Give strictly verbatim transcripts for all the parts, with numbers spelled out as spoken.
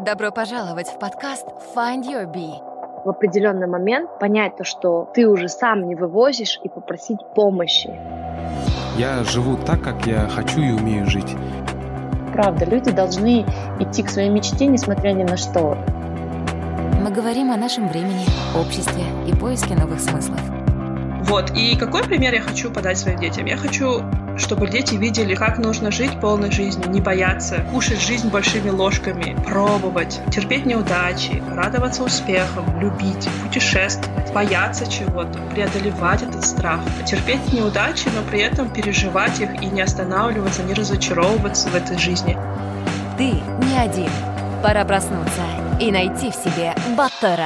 Добро пожаловать в подкаст Find Your Bee. В определенный момент понять то, что ты уже сам не вывозишь, и попросить помощи. Я живу так, как я хочу и умею жить. Правда, люди должны идти к своей мечте, несмотря ни на что. Мы говорим о нашем времени, обществе и поиске новых смыслов. Вот, и какой пример я хочу подать своим детям? Я хочу, чтобы дети видели, как нужно жить полной жизнью, не бояться, кушать жизнь большими ложками, пробовать, терпеть неудачи, радоваться успехам, любить, путешествовать, бояться чего-то, преодолевать этот страх, терпеть неудачи, но при этом переживать их и не останавливаться, не разочаровываться в этой жизни. Ты не один. Пора проснуться и найти в себе Баттера.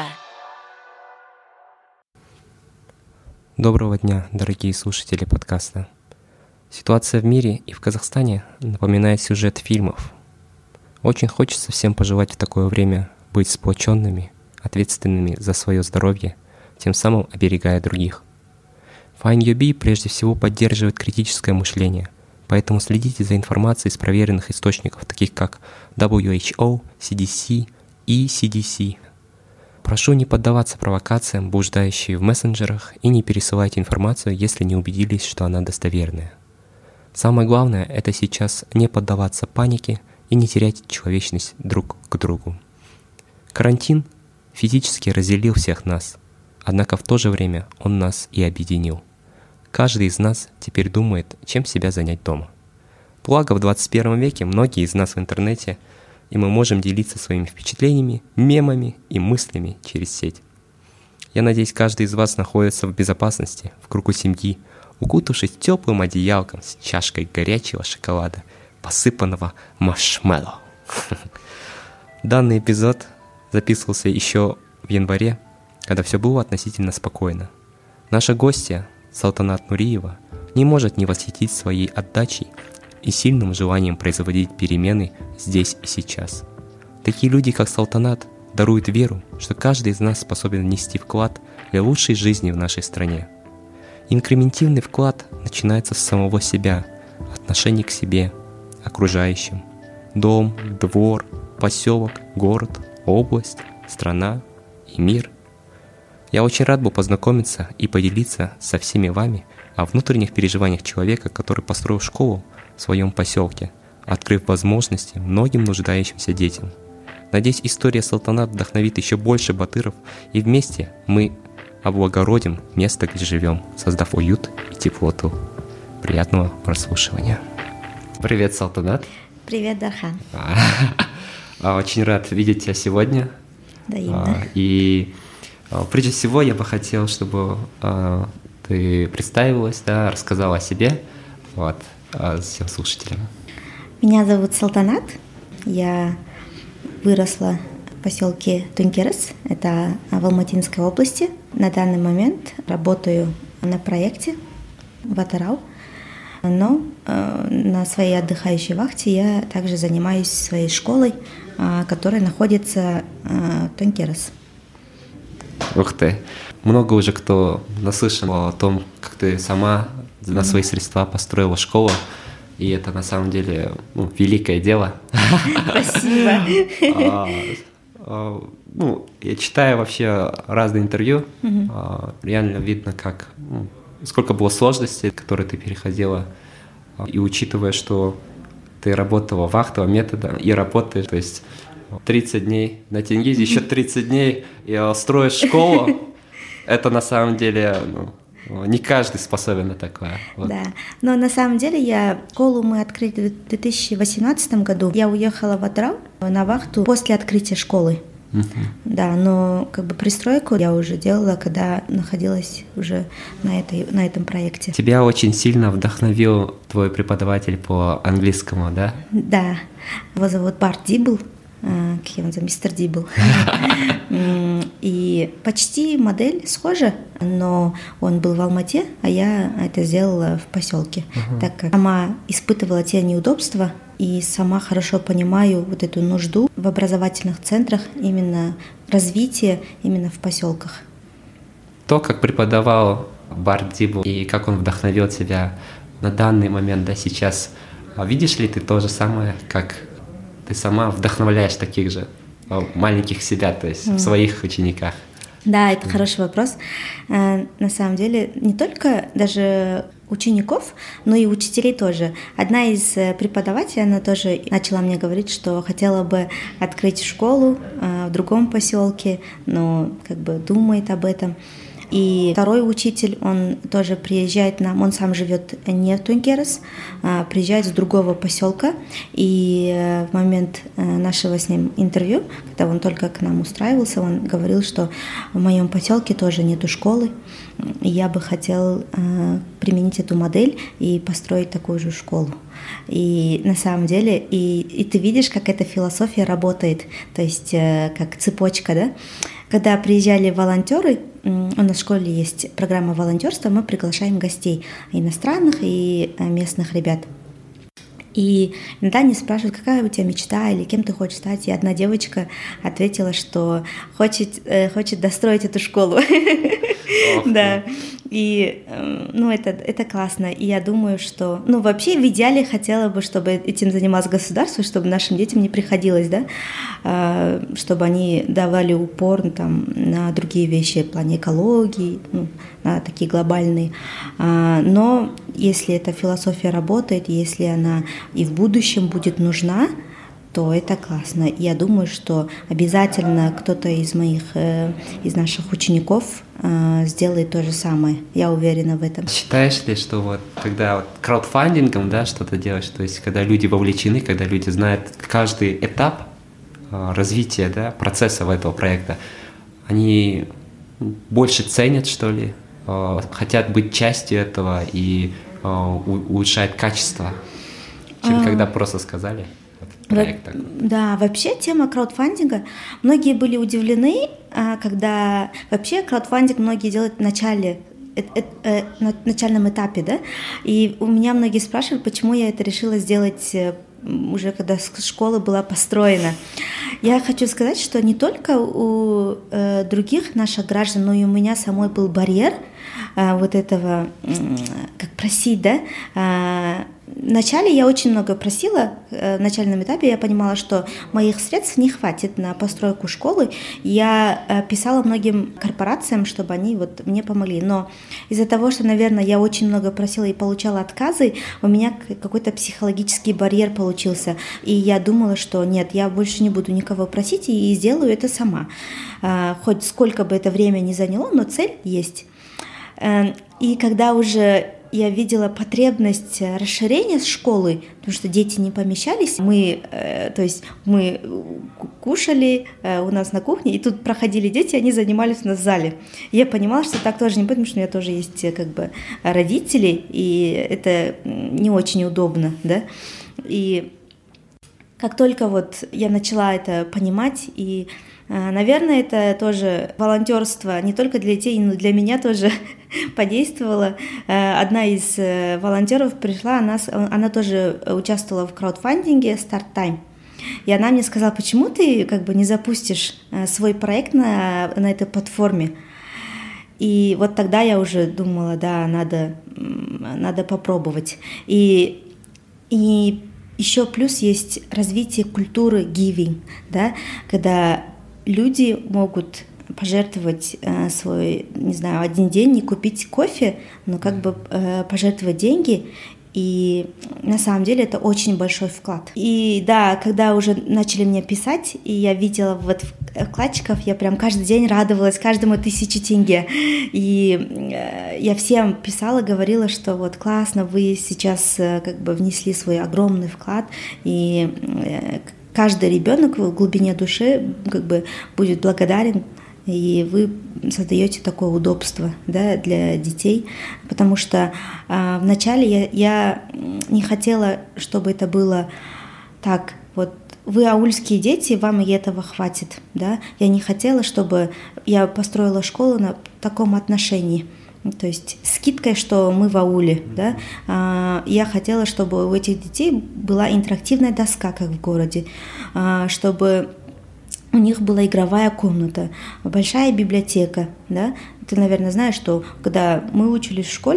Доброго дня, дорогие слушатели подкаста. Ситуация в мире и в Казахстане напоминает сюжет фильмов. Очень хочется всем пожелать в такое время быть сплоченными, ответственными за свое здоровье, тем самым оберегая других. Find Your Bee прежде всего поддерживает критическое мышление, поэтому следите за информацией из проверенных источников, таких как дабл ю эйч о, си ди си и си ди си. Прошу не поддаваться провокациям, блуждающим в мессенджерах, и не пересылайте информацию, если не убедились, что она достоверная. Самое главное – это сейчас не поддаваться панике и не терять человечность друг к другу. Карантин физически разделил всех нас, однако в то же время он нас и объединил. Каждый из нас теперь думает, чем себя занять дома. Благо в двадцать первом веке многие из нас в интернете, и мы можем делиться своими впечатлениями, мемами и мыслями через сеть. Я надеюсь, каждый из вас находится в безопасности, в кругу семьи, укутавшись теплым одеялком с чашкой горячего шоколада, посыпанного маршмеллоу. Данный эпизод записывался еще в январе, когда все было относительно спокойно. Наша гостья, Салтанат Нуриева, не может не восхитить своей отдачей и сильным желанием производить перемены здесь и сейчас. Такие люди, как Салтанат, даруют веру, что каждый из нас способен внести вклад для лучшей жизни в нашей стране. Инкрементивный вклад начинается с самого себя, отношений к себе, окружающим. Дом, двор, поселок, город, область, страна и мир. Я очень рад был познакомиться и поделиться со всеми вами о внутренних переживаниях человека, который построил школу в своем поселке, открыв возможности многим нуждающимся детям. Надеюсь, история Салтанат вдохновит еще больше батыров, и вместе мы облагородим место, где живем, создав уют и теплоту. Приятного прослушивания. Привет, Салтанат. Привет, Дархан. Очень рад видеть тебя сегодня. Взаимно. И прежде всего я бы хотел, чтобы ты представилась, да, рассказала о себе, вот, всем слушателям. Меня зовут Салтанат. Я выросла в поселке Тункерес, это в Алматинской области. На данный момент работаю на проекте в Атырау, но э, на своей отдыхающей вахте я также занимаюсь своей школой, э, которая находится э, в Тункерес. Ух ты! Много уже кто наслышан о том, как ты сама на свои средства построила школу, и это на самом деле, ну, великое дело. Спасибо. Ну, я читаю вообще разные интервью, реально видно, как, ну, сколько было сложностей, которые ты переходила, и учитывая, что ты работала вахтовым методом и работаешь, то есть тридцать дней на Тенгизе, еще тридцать дней и строишь школу, это на самом деле, ну, не каждый способен на такое. Вот. Да, но на самом деле я школу мы открыли в две тысячи восемнадцатом году. Я уехала в Атырау на вахту после открытия школы. Uh-huh. Да, но как бы пристройку я уже делала, когда находилась уже на, этой, на этом проекте. Тебя очень сильно вдохновил твой преподаватель по английскому, да? Да, его зовут Барт Дибл. Как я называю, мистер Дибл. И почти модель схожа, но он был в Алмате, а я это сделала в поселке, uh-huh. так как сама испытывала те неудобства и сама хорошо понимаю вот эту нужду в образовательных центрах, именно развитие именно в поселках. То, как преподавал Барт Дибл и как он вдохновил тебя на данный момент, да, сейчас, видишь ли ты то же самое, как ты сама вдохновляешь таких же маленьких себя, то есть mm. в своих учениках? Да, это mm. хороший вопрос. На самом деле, не только даже учеников, но и учителей тоже. Одна из преподавателей, она тоже начала мне говорить, что хотела бы открыть школу в другом поселке, но как бы думает об этом. И второй учитель, он тоже приезжает нам, он сам живет не в Тункерес, а приезжает с другого поселка. И в момент нашего с ним интервью, когда он только к нам устраивался, он говорил, что в моем поселке тоже нету школы, и я бы хотел применить эту модель и построить такую же школу. И на самом деле, и, и ты видишь, как эта философия работает, то есть как цепочка, да? Когда приезжали волонтеры, у нас в школе есть программа волонтерства, мы приглашаем гостей, иностранных и местных ребят. И иногда они спрашивают, какая у тебя мечта или кем ты хочешь стать. И одна девочка ответила, что хочет, э, хочет достроить эту школу. Да. И, ну, это, это классно. И я думаю, что, ну, вообще в идеале хотела бы, чтобы этим занималось государство, чтобы нашим детям не приходилось, да, чтобы они давали упор там, на другие вещи в плане экологии, ну, на такие глобальные. Но если эта философия работает, если она и в будущем будет нужна, то это классно. Я думаю, что обязательно кто-то из моих, из наших учеников сделает то же самое. Я уверена в этом. Считаешь ли, что вот когда вот краудфандингом, да, что-то делаешь, то есть когда люди вовлечены, когда люди знают каждый этап развития, да, процесса этого проекта, они больше ценят, что ли, хотят быть частью этого и улучшают качество, чем а... когда просто сказали? Проект. Да, вообще тема краудфандинга, многие были удивлены, когда вообще краудфандинг многие делают в начале, на начальном этапе, да, и у меня многие спрашивают, почему я это решила сделать уже когда школа была построена. Я хочу сказать, что не только у э, других наших граждан, но и у меня самой был барьер э, вот этого, э, как просить, да. Э, Вначале я очень много просила, в начальном этапе я понимала, что моих средств не хватит на постройку школы. Я писала многим корпорациям, чтобы они вот мне помогли. Но из-за того, что, наверное, я очень много просила и получала отказы, у меня какой-то психологический барьер получился. И я думала, что нет, я больше не буду никого просить и сделаю это сама. Хоть сколько бы это время ни заняло, но цель есть. И когда уже я видела потребность расширения школы, потому что дети не помещались. Мы, э, то есть мы кушали э, у нас на кухне, и тут проходили дети, они занимались у нас в зале. И я понимала, что так тоже не будет, потому что у меня тоже есть как бы родители, и это не очень удобно, да. И как только вот я начала это понимать, и наверное, это тоже волонтерство не только для детей, но и для меня тоже подействовало. Одна из волонтеров пришла, она, она тоже участвовала в краудфандинге Start Time. И она мне сказала, почему ты как бы не запустишь свой проект на, на этой платформе? И вот тогда я уже думала, да, надо, надо попробовать. И, и еще плюс есть развитие культуры giving, да, когда люди могут пожертвовать э, свой, не знаю, один день и купить кофе, но как бы э, пожертвовать деньги, и на самом деле это очень большой вклад. И да, когда уже начали мне писать, и я видела вот вкладчиков, я прям каждый день радовалась каждому тысяче тенге. И э, я всем писала, говорила, что вот классно, вы сейчас э, как бы внесли свой огромный вклад, и э, каждый ребенок в глубине души как бы будет благодарен, и вы создаете такое удобство, да, для детей, потому что э, вначале я, я не хотела, чтобы это было так, вот вы аульские дети, вам и этого хватит, да, я не хотела, чтобы я построила школу на таком отношении. То есть скидкой, что мы в ауле, да, я хотела, чтобы у этих детей была интерактивная доска, как в городе, чтобы у них была игровая комната, большая библиотека, да. Ты, наверное, знаешь, что когда мы учились в школе,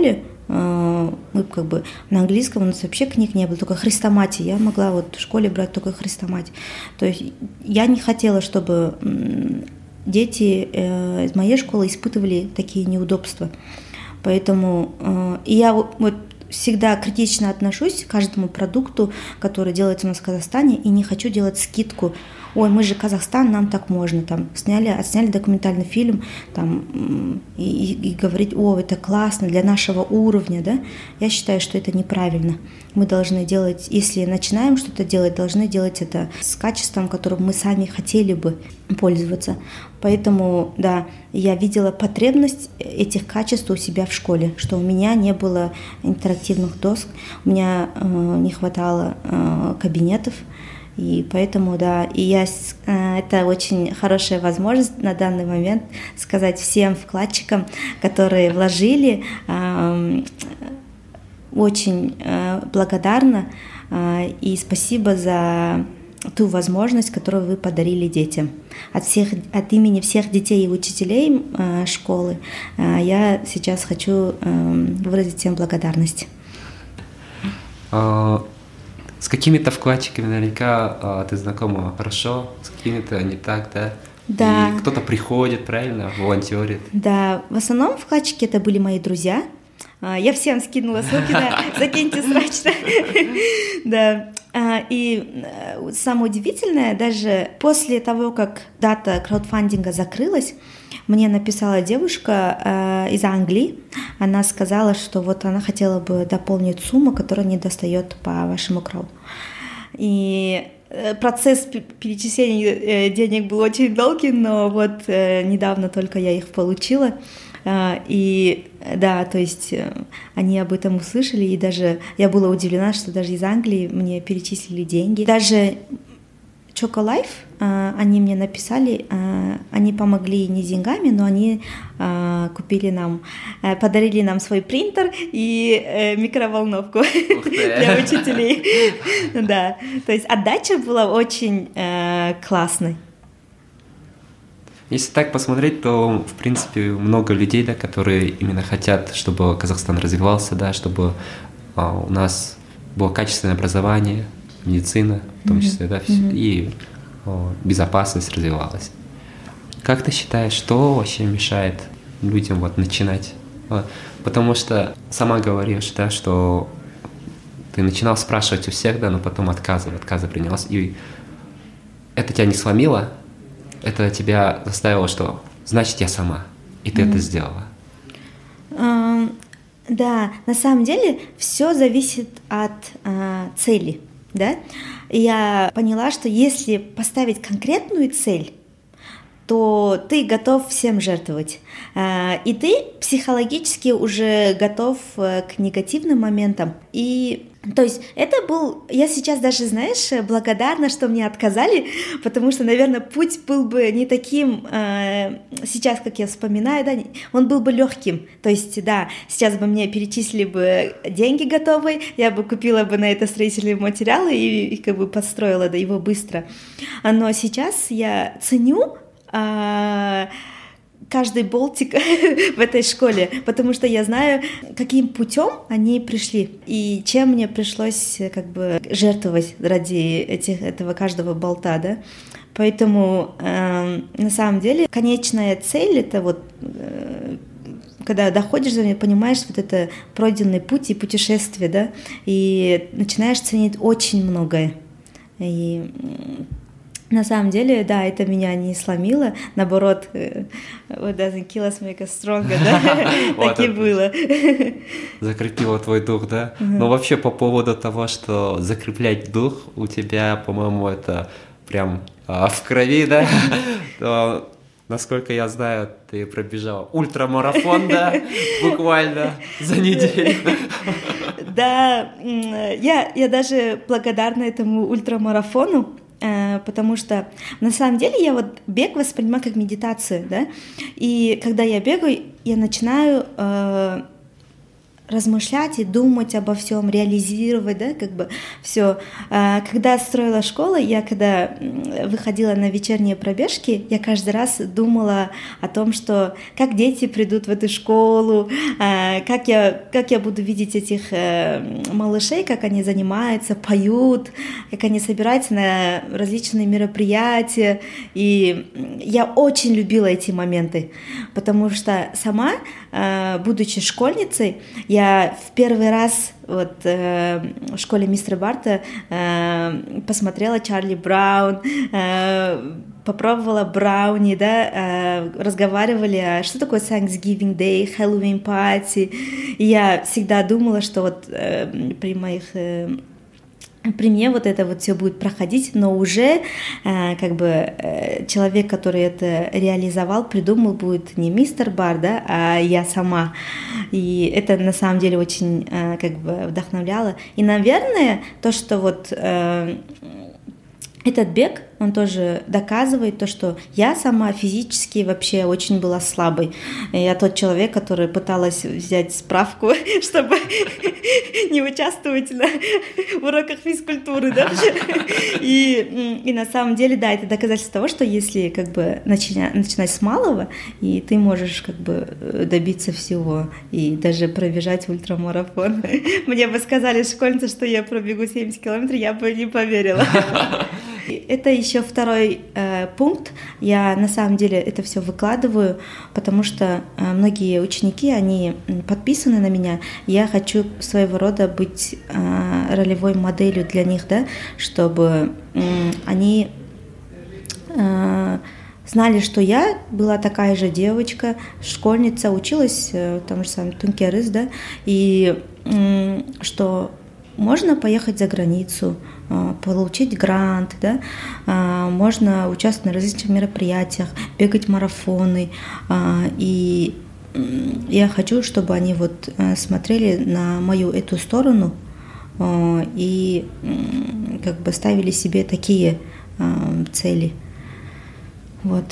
мы как бы на английском у нас вообще книг не было, только хрестоматия. Я могла вот в школе брать только хрестоматию. То есть я не хотела, чтобы дети из моей школы испытывали такие неудобства. Поэтому и я вот всегда критично отношусь к каждому продукту, который делается у нас в Казахстане, и не хочу делать скидку. Ой, мы же Казахстан, нам так можно. Там сняли, отсняли документальный фильм, там, и, и, и говорить, о, это классно для нашего уровня, да? Я считаю, что это неправильно. Мы должны делать, если начинаем что-то делать, должны делать это с качеством, которым мы сами хотели бы пользоваться. Поэтому, да, я видела потребность этих качеств у себя в школе, что у меня не было интерактивных доск, у меня э, не хватало э, кабинетов. И поэтому, да, и я, это очень хорошая возможность на данный момент сказать всем вкладчикам, которые вложили, очень благодарна и спасибо за ту возможность, которую вы подарили детям. От, всех, от имени всех детей и учителей школы я сейчас хочу выразить всем благодарность. С какими-то вкладчиками наверняка а, ты знакома хорошо, с какими-то не так, да? Да. И кто-то приходит, правильно, волонтерит. Да, в основном вкладчики это были мои друзья. Я всем скинула ссылки, да, закиньте срочно. Да. И самое удивительное, даже после того, как дата краудфандинга закрылась, мне написала девушка из Англии. Она сказала, что вот она хотела бы дополнить сумму, которая не достает по вашему крауду. И процесс перечисления денег был очень долгий, но вот недавно только я их получила. И да, то есть они об этом услышали, и даже я была удивлена, что даже из Англии мне перечислили деньги. Даже Chocolife, они мне написали, они помогли не деньгами, но они купили нам, подарили нам свой принтер и микроволновку для учителей. Да, то есть отдача была очень классной. Если так посмотреть, то, в принципе, много людей, да, которые именно хотят, чтобы Казахстан развивался, да, чтобы а, у нас было качественное образование, медицина, в том числе, да, mm-hmm. и о, безопасность развивалась. Как ты считаешь, что вообще мешает людям вот начинать? Потому что сама говоришь, да, что ты начинал спрашивать у всех, да, но потом отказы, отказы принялся, и это тебя не сломило? Это тебя заставило, что значит я сама, и ты mm-hmm. это сделала. Um, да, на самом деле все зависит от uh, цели, да. Я поняла, что если поставить конкретную цель, то ты готов всем жертвовать, uh, и ты психологически уже готов uh, к негативным моментам. И то есть это был, я сейчас даже, знаешь, благодарна, что мне отказали, потому что, наверное, путь был бы не таким, э, сейчас, как я вспоминаю, да, он был бы легким. То есть, да, сейчас бы мне перечислили бы деньги готовые, я бы купила бы на это строительные материалы и, и как бы подстроила да, его быстро. Но сейчас я ценю э, каждый болтик в этой школе, потому что я знаю, каким путем они пришли и чем мне пришлось как бы жертвовать ради этих, этого каждого болта, да. Поэтому э, на самом деле конечная цель это вот э, когда доходишь до нее, понимаешь вот это пройденный путь и путешествие, да, и начинаешь ценить очень многое. И на самом деле, да, это меня не сломило, наоборот, what doesn't kill us make us stronger, да, так и было. Закрепило твой дух, да? Но вообще по поводу того, что закреплять дух, у тебя, по-моему, это прям в крови, да? Насколько я знаю, ты пробежал ультрамарафон, да, буквально за неделю. Да, я, я даже благодарна этому ультрамарафону, потому что на самом деле я вот бег воспринимаю как медитацию, да, и когда я бегаю, я начинаю э, размышлять и думать обо всем, реализировать, да, как бы все. Когда строила школу, я когда выходила на вечерние пробежки, я каждый раз думала о том, что как дети придут в эту школу, как я, как я буду видеть этих малышей, как они занимаются, поют, как они собираются на различные мероприятия. И я очень любила эти моменты, потому что сама, будучи школьницей, я Я в первый раз вот, э, в школе мистера Барта э, посмотрела Чарли Браун, э, попробовала брауни, да, э, разговаривали, что такое Thanksgiving Day, Halloween Party. И я всегда думала, что вот э, при моих... Э, При мне вот это вот все будет проходить, но уже э, как бы э, человек, который это реализовал, придумал, будет не мистер Бар, да, а я сама. И это на самом деле очень э, как бы вдохновляло. И, наверное, то, что вот э, этот бег, он тоже доказывает то, что я сама физически вообще очень была слабой. Я тот человек, который пыталась взять справку, чтобы не участвовать на уроках физкультуры, да? И, и на самом деле, да, это доказательство того, что если как бы начинать, начинать с малого, и ты можешь как бы добиться всего, и даже пробежать ультрамарафон. Мне бы сказали школьницы, что я пробегу семьдесят километров, я бы не поверила. Это еще второй э, пункт. Я на самом деле это все выкладываю, потому что э, многие ученики, они подписаны на меня. Я хочу своего рода быть э, ролевой моделью для них, да, чтобы э, они э, знали, что я была такая же девочка, школьница, училась э, в том же самом Тункерес, да, и э, что можно поехать за границу, получить грант, да, можно участвовать на различных мероприятиях, бегать марафоны, и я хочу, чтобы они вот смотрели на мою эту сторону и как бы ставили себе такие цели, вот.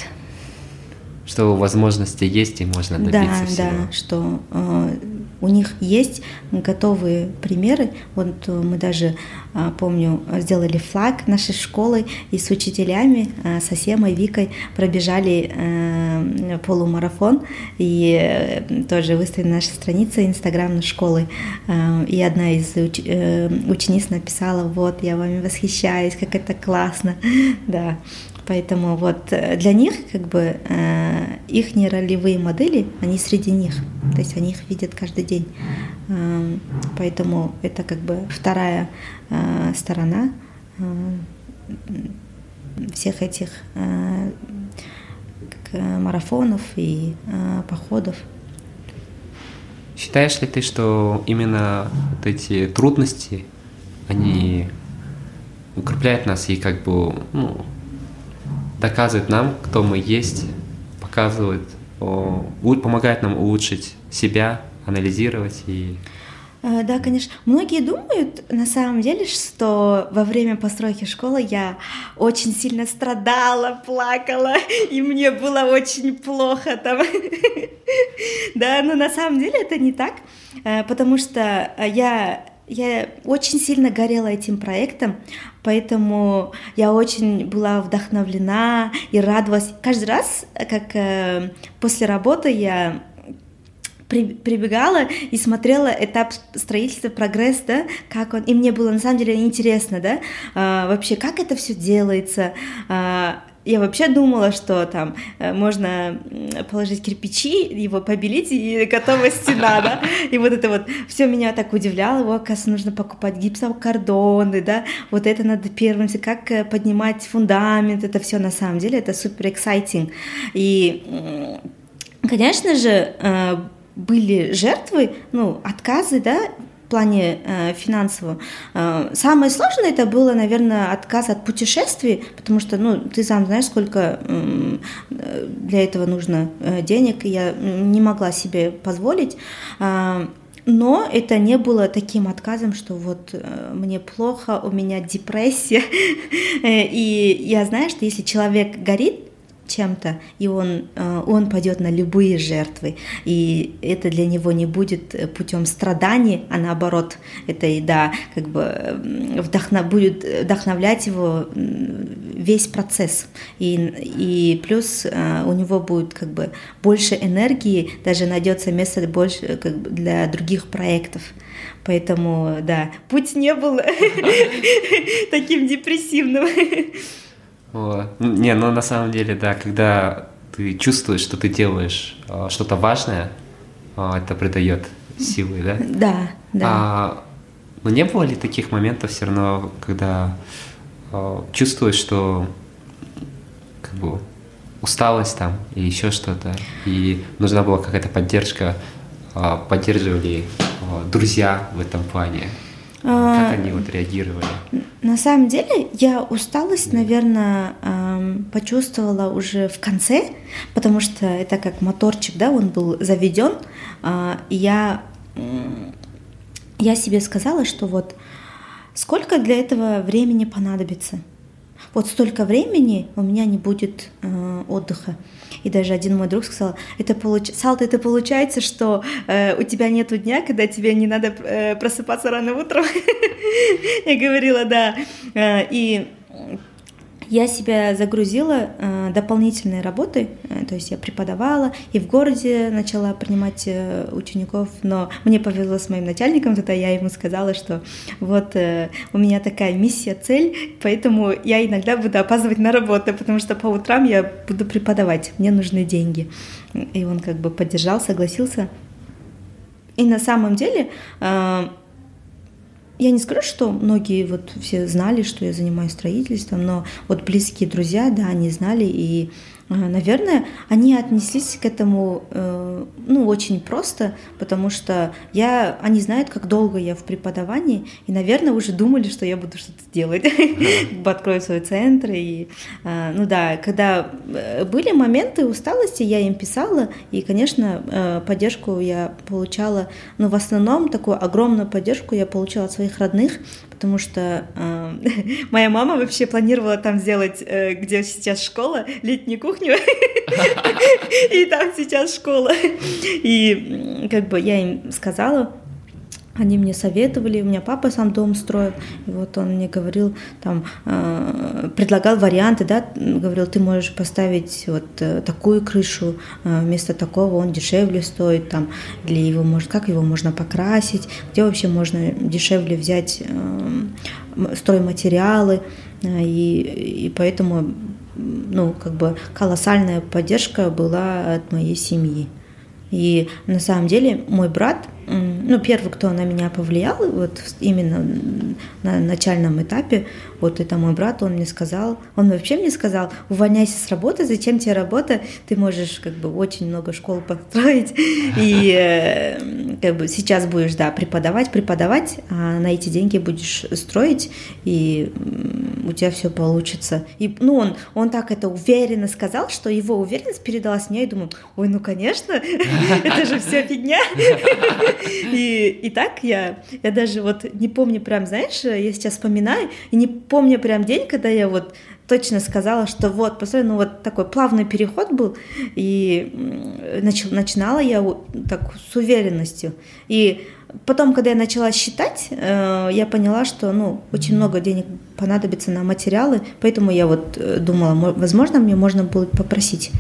Что возможности есть и можно добиться да, всего. Да, что э, у них есть готовые примеры. Вот мы даже, э, помню, сделали флаг нашей школы и с учителями, э, со Семой, Викой пробежали э, полумарафон и э, тоже выставили на нашей странице инстаграм школы. Э, и одна из уч- э, учениц написала: вот, я вами восхищаюсь, как это классно. Да. Поэтому вот для них как бы э, их ролевые модели, они среди них, то есть они их видят каждый день. Э, поэтому это как бы вторая э, сторона э, всех этих э, как, марафонов и э, походов. Считаешь ли ты, что именно вот эти трудности, они укрепляют нас и как бы, ну, доказывает нам, кто мы есть, показывает, о, помогает нам улучшить себя, анализировать и... Да, конечно. Многие думают, на самом деле, что во время постройки школы я очень сильно страдала, плакала, и мне было очень плохо там. Да, но на самом деле это не так, потому что я... Я очень сильно горела этим проектом, поэтому я очень была вдохновлена и радовалась. Каждый раз, как э, после работы я при, прибегала и смотрела этап строительства, прогресс, да, как он, и мне было на самом деле интересно, да, э, вообще, как это все делается. Э, Я вообще думала, что там можно положить кирпичи, его побелить, и готова стена, да, и вот это вот все меня так удивляло, вот, оказывается, нужно покупать гипсокартоны, да, вот это надо первым, как поднимать фундамент, это все на самом деле, это супер exciting. И, конечно же, были жертвы, ну, отказы, да, в плане э, финансового. Э, самое сложное это было, наверное, отказ от путешествий, потому что, ну, ты сам знаешь, сколько э, для этого нужно э, денег, и я не могла себе позволить. Э, но это не было таким отказом, что вот э, мне плохо, у меня депрессия. И я знаю, что если человек горит чем-то, и он, он пойдет на любые жертвы, и это для него не будет путем страданий, а наоборот, это и да, как бы вдохно, будет вдохновлять его весь процесс, и, и плюс у него будет как бы больше энергии, даже найдется место больше как бы для других проектов. Поэтому, да, путь не был таким депрессивным. Не, ну на самом деле, да, когда ты чувствуешь, что ты делаешь что-то важное, это придает силы, да? Да, да. А, но не было ли таких моментов все равно, когда чувствуешь, что как бы усталость там или еще что-то, и нужна была какая-то поддержка, поддерживали друзья в этом плане? Как они вот реагировали? На самом деле я усталость, наверное, почувствовала уже в конце, потому что это как моторчик, да, он был заведен. И я, я себе сказала, что вот сколько для этого времени понадобится. Вот столько времени у меня не будет э, отдыха. И даже один мой друг сказал, это получ... Салта, это получается, что э, у тебя нету дня, когда тебе не надо э, просыпаться рано утром. Я говорила, да. Э, и я себя загрузила э, дополнительной работой, э, то есть я преподавала и в городе начала принимать э, учеников, но мне повезло с моим начальником, тогда я ему сказала, что вот э, у меня такая миссия, цель, поэтому я иногда буду опаздывать на работу, потому что по утрам я буду преподавать, мне нужны деньги. И он как бы поддержал, согласился. И на самом деле... Э, Я не скажу, что многие вот все знали, что я занимаюсь строительством, но вот близкие друзья, да, они знали, и, наверное, они отнеслись к этому, ну, очень просто, потому что я, они знают, как долго я в преподавании, и, наверное, уже думали, что я буду что-то делать, открою свой центр, и, ну да, когда были моменты усталости, я им писала, и, конечно, поддержку я получала, но в основном такую огромную поддержку я получала от своих родных, потому что э, моя мама вообще планировала там сделать, э, где сейчас школа, летнюю кухню, и там сейчас школа. И как бы я им сказала, они мне советовали, у меня папа сам дом строил, и вот он мне говорил, там, э, предлагал варианты, да, говорил, ты можешь поставить вот э, такую крышу, э, вместо такого он дешевле стоит, там, или его может, как его можно покрасить, где вообще можно дешевле взять э, стройматериалы, э, и, и поэтому, ну, как бы колоссальная поддержка была от моей семьи. И на самом деле мой брат, ну, первый, кто на меня повлиял, вот именно на начальном этапе, вот это мой брат, он мне сказал, он вообще мне сказал, увольняйся с работы, зачем тебе работа, ты можешь как бы очень много школ построить, и как бы сейчас будешь, да, преподавать, преподавать, а на эти деньги будешь строить, и у тебя все получится. И, ну, он, он так это уверенно сказал, что его уверенность передалась мне, и думаю, ой, ну, конечно, это же все фигня. И, и так я, я даже вот не помню прям, знаешь, я сейчас вспоминаю, и не помню прям день, когда я вот точно сказала, что вот, посмотри, ну вот такой плавный переход был, и нач, начинала я вот так с уверенностью. И потом, когда я начала считать, э, я поняла, что, ну, очень много денег понадобится на материалы, поэтому я вот думала, возможно, мне можно будет попросить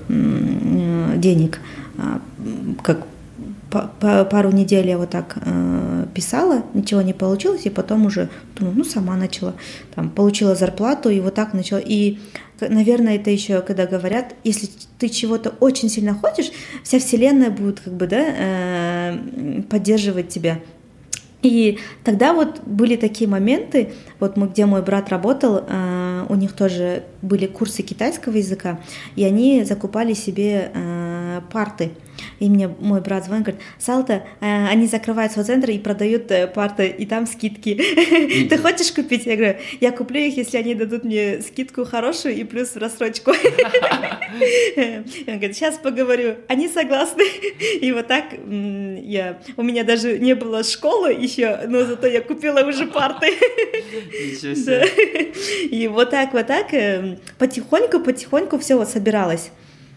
э, денег, э, как пару недель я вот так э, писала, ничего не получилось, и потом уже думаю, ну, сама начала, там, получила зарплату, и вот так начала. И, наверное, это еще, когда говорят, если ты чего-то очень сильно хочешь, вся вселенная будет, как бы, да, э, поддерживать тебя. И тогда вот были такие моменты, вот мы, где мой брат работал, у них тоже были курсы китайского языка, и они закупали себе э, парты. И мне мой брат звонит, говорит: Салта, э, они закрывают свой центр и продают э, парты, и там скидки. Ты хочешь купить? Я говорю: я куплю их, если они дадут мне скидку хорошую и плюс рассрочку. Он говорит: сейчас поговорю. Они согласны. И вот так я... У меня даже не было школы еще, но зато я купила уже парты. Ничего себе. И вот так, вот так потихоньку, потихоньку все вот собиралось.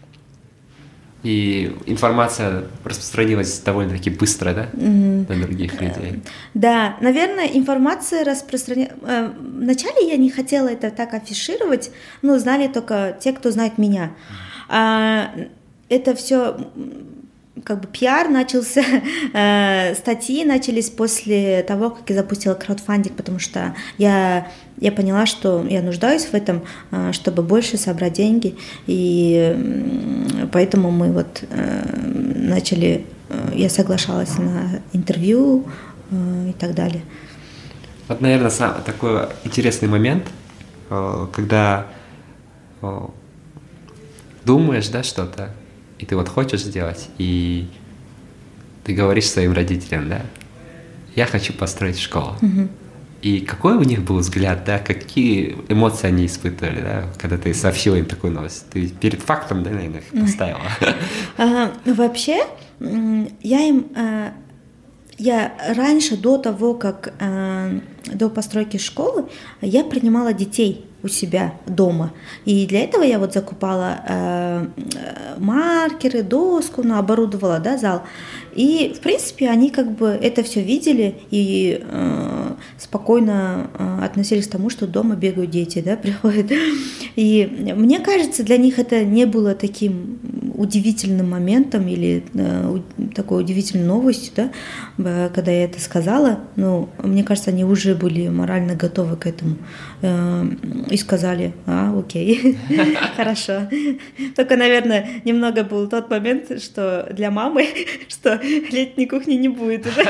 И информация распространилась довольно-таки быстро, да, mm-hmm. на других людей? Да, наверное, информация распространилась... Вначале я не хотела это так афишировать, но знали только те, кто знает меня. Это все... Как бы пиар начался, э, статьи начались после того, как я запустила краудфандинг, потому что я, я поняла, что я нуждаюсь в этом, э, чтобы больше собрать деньги, и э, поэтому мы вот э, начали, э, я соглашалась на интервью э, и так далее. Вот, наверное, сам такой интересный момент, э, когда э, думаешь, да, что-то, и ты вот хочешь сделать, и ты говоришь своим родителям, да, я хочу построить школу. Uh-huh. И какой у них был взгляд, да, какие эмоции они испытывали, да, когда ты сообщила им такую новость? Ты перед фактом, да, наверное, их поставила? Uh-huh. Вообще, я им... Я раньше, до того, как... До постройки школы, я принимала детей у себя дома. И для этого я вот закупала э, маркеры, доску, ну, оборудовала, да, зал. И, в принципе, они как бы это все видели и э, спокойно э, относились к тому, что дома бегают дети, да, приходят. И мне кажется, для них это не было таким удивительным моментом или э, такой удивительной новостью, да, когда я это сказала. Ну, мне кажется, они уже были морально готовы к этому. Э, И сказали: а, окей, хорошо. Только, наверное, немного был тот момент, что для мамы, что летней кухни не будет уже.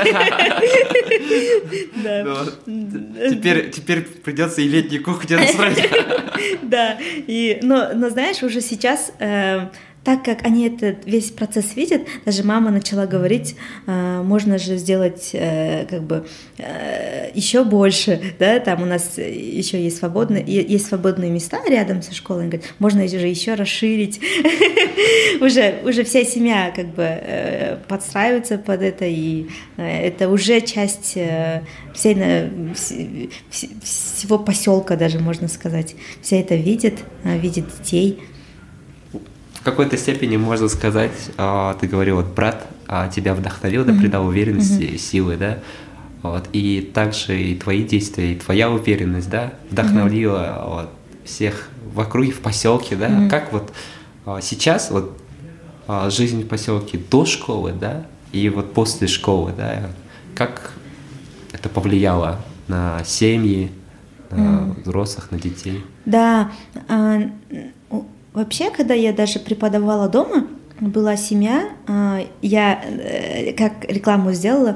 Теперь придется и летнюю кухню настроить. Да, но знаешь, уже сейчас... Так как они этот весь процесс видят, даже мама начала говорить, э, можно же сделать э, как бы э, еще больше, да, там у нас еще есть свободные, есть свободные места рядом со школой, говорит, можно же еще расширить. уже, уже вся семья как бы э, подстраивается под это, и э, это уже часть э, всей, э, вс- всего поселка даже, можно сказать. Все это видят, э, видят детей. В какой-то степени можно сказать, ты говорил, вот брат тебя вдохновил, да, придал уверенности, mm-hmm. силы, да, вот, и также и твои действия, и твоя уверенность, да, вдохновила mm-hmm. вот, всех в округе, в поселке, да, mm-hmm. как вот сейчас вот жизнь в поселке до школы, да, и вот после школы, да, как это повлияло на семьи, на mm-hmm. взрослых, на детей? Да, а... Вообще, когда я даже преподавала дома, была семья, я как рекламу сделала,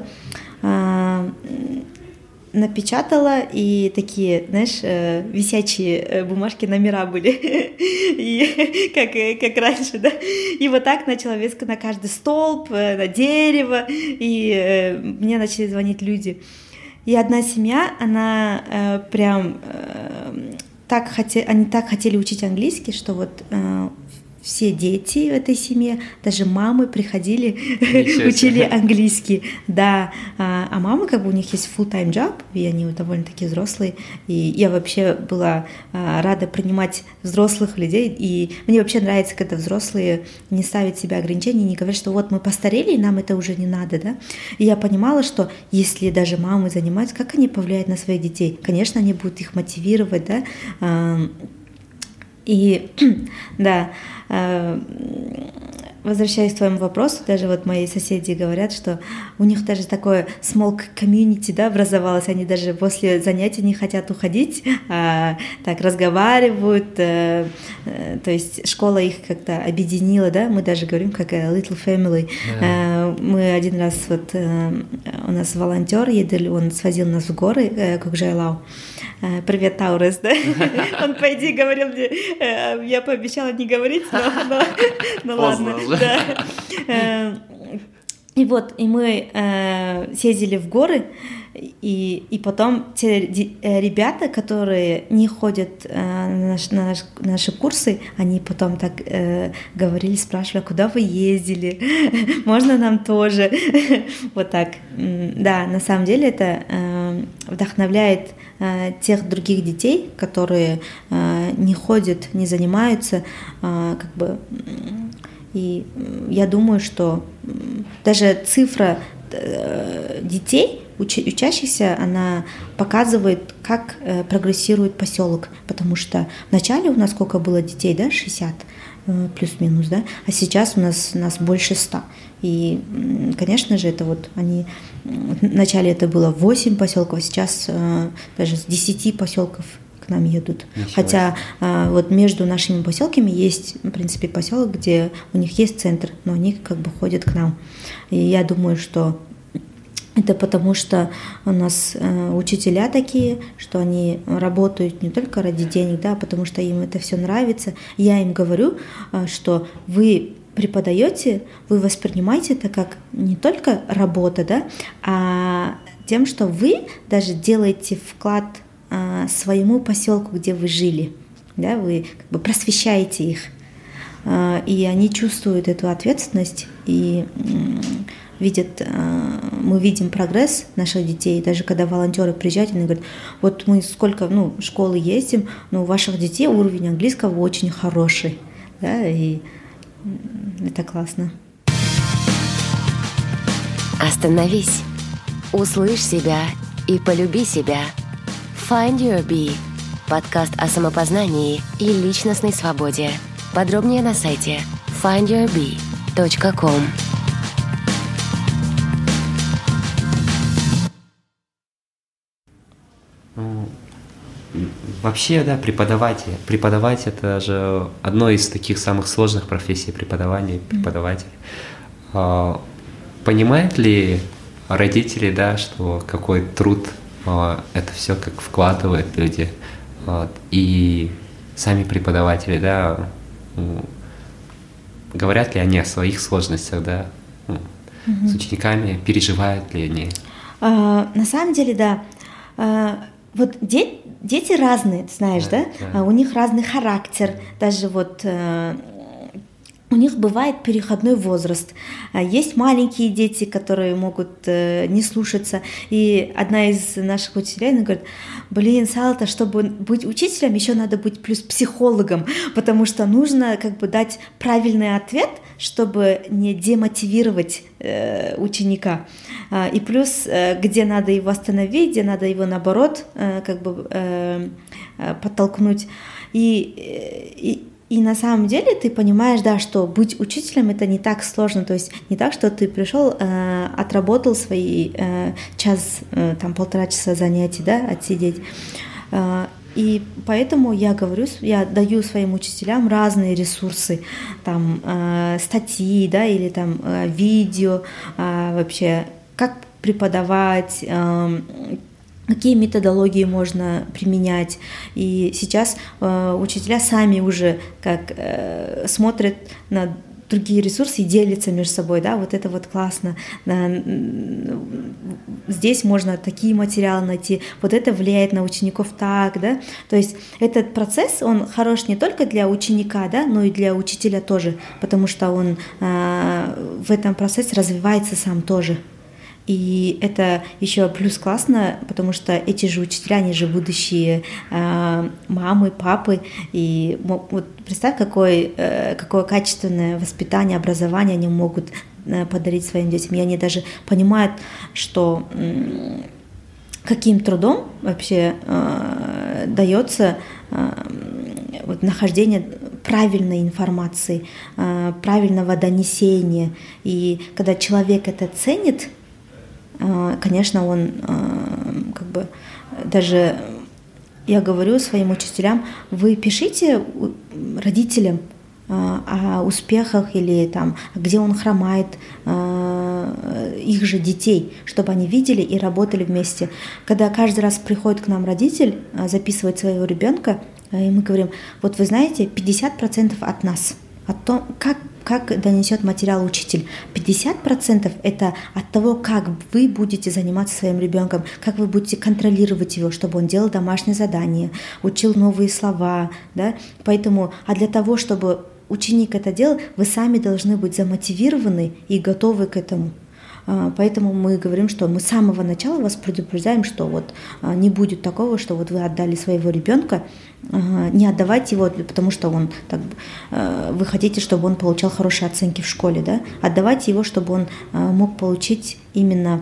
напечатала, и такие, знаешь, висячие бумажки, номера были, и как, как раньше, да, и вот так начала веска на каждый столб, на дерево, и мне начали звонить люди. И одна семья, она прям... Так хоте, они так хотели учить английский, что вот э, все дети в этой семье, даже мамы приходили, учили английский, да, а, а мамы, как бы у них есть full-time job, и они довольно-таки взрослые, и я вообще была а, рада принимать взрослых людей, и мне вообще нравится, когда взрослые не ставят себе ограничений, не говорят, что вот мы постарели, и нам это уже не надо, да, и я понимала, что если даже мамы занимаются, как они повлияют на своих детей, конечно, они будут их мотивировать, да, а, и да, возвращаясь к твоему вопросу, даже вот мои соседи говорят, что у них даже такое small community, да, образовалось, они даже после занятий не хотят уходить, а так разговаривают, то есть школа их как-то объединила, да, мы даже говорим как little family, yeah. Мы один раз, вот у нас волонтер Едель, он свозил нас в горы Кукжайлау. Привет, Таурес, да? Он, по идее, говорил мне, я пообещала не говорить, но, но, но ладно. Да. И вот, и мы э, съездили в горы, и, и потом те ребята, которые не ходят э, на, наш, на, наш, на наши курсы, они потом так э, говорили, спрашивали, куда вы ездили, можно нам тоже, вот так. Да, на самом деле это э, вдохновляет э, тех других детей, которые э, не ходят, не занимаются, э, как бы... И я думаю, что даже цифра детей, учащихся, она показывает, как прогрессирует поселок. Потому что вначале у нас сколько было детей, да, шестьдесят плюс-минус, да, а сейчас у нас, у нас больше ста. И, конечно же, это вот они... Вначале это было восемь поселков, сейчас даже с десяти поселков к нам едут. Ничего. Хотя а, вот между нашими поселками есть, в принципе, поселок, где у них есть центр, но они как бы ходят к нам. И я думаю, что это потому, что у нас э, учителя такие, что они работают не только ради денег, да, потому что им это все нравится. Я им говорю, э, что вы преподаете, вы воспринимаете это как не только работа, да, а тем, что вы даже делаете вклад своему поселку, где вы жили, да, вы как бы просвещаете их, и они чувствуют эту ответственность и видят, мы видим прогресс наших детей, даже когда волонтеры приезжают, они говорят, вот мы сколько, ну, в школы ездим, но у ваших детей уровень английского очень хороший, да, и это классно. Остановись, услышь себя и полюби себя. Find Your Bee – подкаст о самопознании и личностной свободе. Подробнее на сайте файнд юр би точка ком. Вообще, да, преподаватель. Преподавать – это же одно из таких самых сложных профессий преподавания, преподаватель. Mm-hmm. Понимают ли родители, да, что какой труд это все как вкладывают люди, вот. И сами преподаватели, да, говорят ли они о своих сложностях, да, mm-hmm. с учениками, переживают ли они? А, на самом деле, да. А, вот де- дети разные, ты знаешь, да? да? да. А, у них разный характер, даже вот... А, у них бывает переходной возраст. Есть маленькие дети, которые могут э, не слушаться. И одна из наших учителей, она говорит, блин, Салата, чтобы быть учителем, еще надо быть плюс психологом, потому что нужно как бы дать правильный ответ, чтобы не демотивировать э, ученика. И плюс, э, где надо его остановить, где надо его, наоборот, э, как бы э, подтолкнуть. И, и И на самом деле ты понимаешь, да, что быть учителем это не так сложно, то есть не так, что ты пришел, э, отработал свои э, час, э, там полтора часа занятий, да, отсидеть. Э, и поэтому я говорю, я даю своим учителям разные ресурсы, там э, статьи, да, или там э, видео, э, вообще как преподавать. Э, Какие методологии можно применять. И сейчас э, учителя сами уже как э, смотрят на другие ресурсы и делятся между собой. Да? Вот это вот классно. Здесь можно такие материалы найти. Вот это влияет на учеников так. Да? То есть этот процесс, он хорош не только для ученика, да, но и для учителя тоже, потому что он э, в этом процессе развивается сам тоже. И это еще плюс классно, потому что эти же учителя, они же будущие э, мамы, папы. И вот представь, какое, э, какое качественное воспитание, образование они могут э, подарить своим детям. И они даже понимают, что э, каким трудом вообще э, дается э, вот, нахождение правильной информации, э, правильного донесения. И когда человек это ценит, конечно, он как бы даже, я говорю своим учителям, вы пишите родителям о успехах или там, где он хромает, э, их же детей, чтобы они видели и работали вместе. Когда каждый раз приходит к нам родитель, э, записывает своего ребенка, э, и мы говорим, вот вы знаете, пятьдесят процентов от нас, о том, как, как донесет материал учитель. пятьдесят процентов это от того, как вы будете заниматься своим ребенком, как вы будете контролировать его, чтобы он делал домашнее задание, учил новые слова. Да? Поэтому, а для того, чтобы ученик это делал, вы сами должны быть замотивированы и готовы к этому. Поэтому мы говорим, что мы с самого начала вас предупреждаем, что вот не будет такого, что вот вы отдали своего ребенка, не отдавайте его, потому что он так, вы хотите, чтобы он получал хорошие оценки в школе, да? Отдавайте его, чтобы он мог получить именно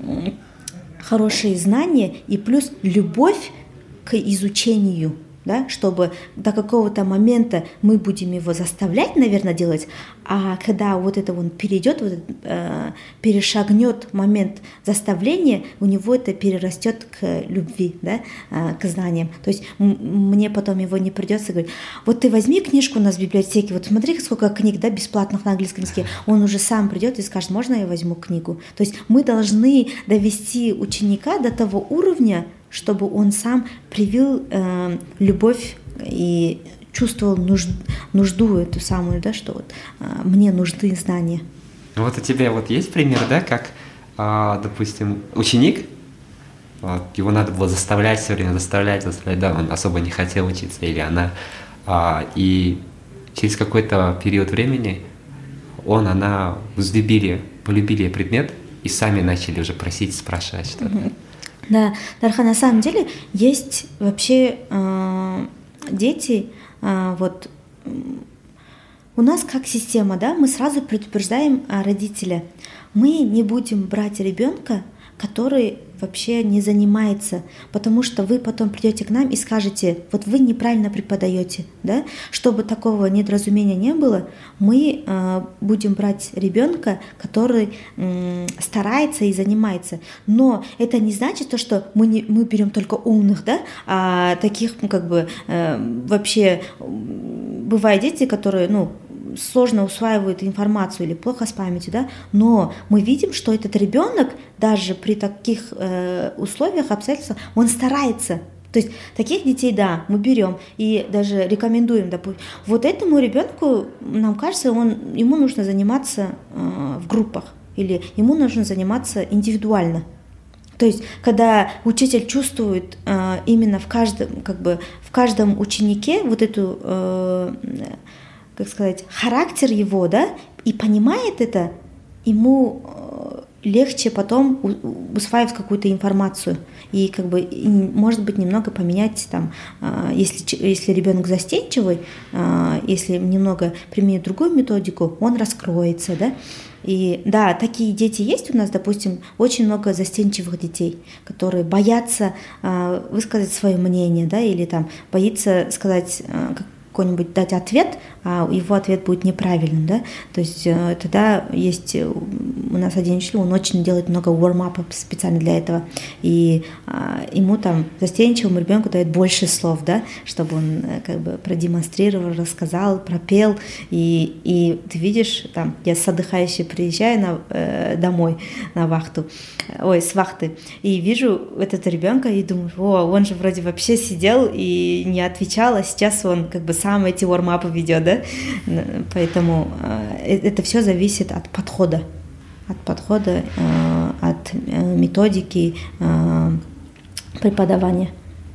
хорошие знания и плюс любовь к изучению. Да, чтобы до какого-то момента мы будем его заставлять, наверное, делать, а когда вот это он перейдет, вот это, э, перешагнет момент заставления, у него это перерастет к любви, да, э, к знаниям. То есть м- мне потом его не придется говорить, вот ты возьми книжку у нас в библиотеке, вот смотри, сколько книг, да, бесплатных на английском языке, он уже сам придет и скажет, можно я возьму книгу? То есть мы должны довести ученика до того уровня, чтобы он сам привил э, любовь и чувствовал нужд, нужду эту самую, да, что вот э, мне нужны знания. Вот у тебя вот есть пример, да, как, э, допустим, ученик, вот, его надо было заставлять все время, заставлять, заставлять, да, он особо не хотел учиться, или она, э, и через какой-то период времени он, она взлюбили, полюбили предмет и сами начали уже просить, спрашивать что-то. Mm-hmm. Да, Дархан, на самом деле есть вообще э, дети, э, вот у нас как система, да, мы сразу предупреждаем родителя, мы не будем брать ребенка, который вообще не занимается, потому что вы потом придете к нам и скажете, вот вы неправильно преподаете, да, чтобы такого недоразумения не было, мы э, будем брать ребенка, который э, старается и занимается, но это не значит то, что мы не, мы берем только умных, да, а таких, ну, как бы э, вообще бывают дети, которые, ну, сложно усваивают информацию или плохо с памятью, да, но мы видим, что этот ребенок даже при таких э, условиях, обстоятельствах, он старается. То есть таких детей, да, мы берем и даже рекомендуем, допустим, вот этому ребенку, нам кажется, он, ему нужно заниматься э, в группах или ему нужно заниматься индивидуально. То есть, когда учитель чувствует э, именно в каждом, как бы, в каждом ученике вот эту э, как сказать, характер его, да, и понимает это, ему легче потом усваивать какую-то информацию и, как бы, может быть, немного поменять там, если, если ребенок застенчивый, если немного применить другую методику, он раскроется, да. И да, такие дети есть у нас, допустим, очень много застенчивых детей, которые боятся высказать свое мнение, да, или там боятся сказать какой-нибудь дать ответ, а его ответ будет неправильным, да, то есть тогда есть у нас один учитель, он очень делает много warm-up специально для этого, и а, ему там застенчивому ребенку дает больше слов, да, чтобы он как бы продемонстрировал, рассказал, пропел, и, и ты видишь, там, я с отдыхающей приезжаю на, э, домой на вахту, ой, с вахты, и вижу этого ребенка и думаю, о, он же вроде вообще сидел и не отвечал, а сейчас он как бы сам эти warm-up ведет, да, поэтому э, это все зависит от подхода, от подхода, э, от э, методики э, преподавания.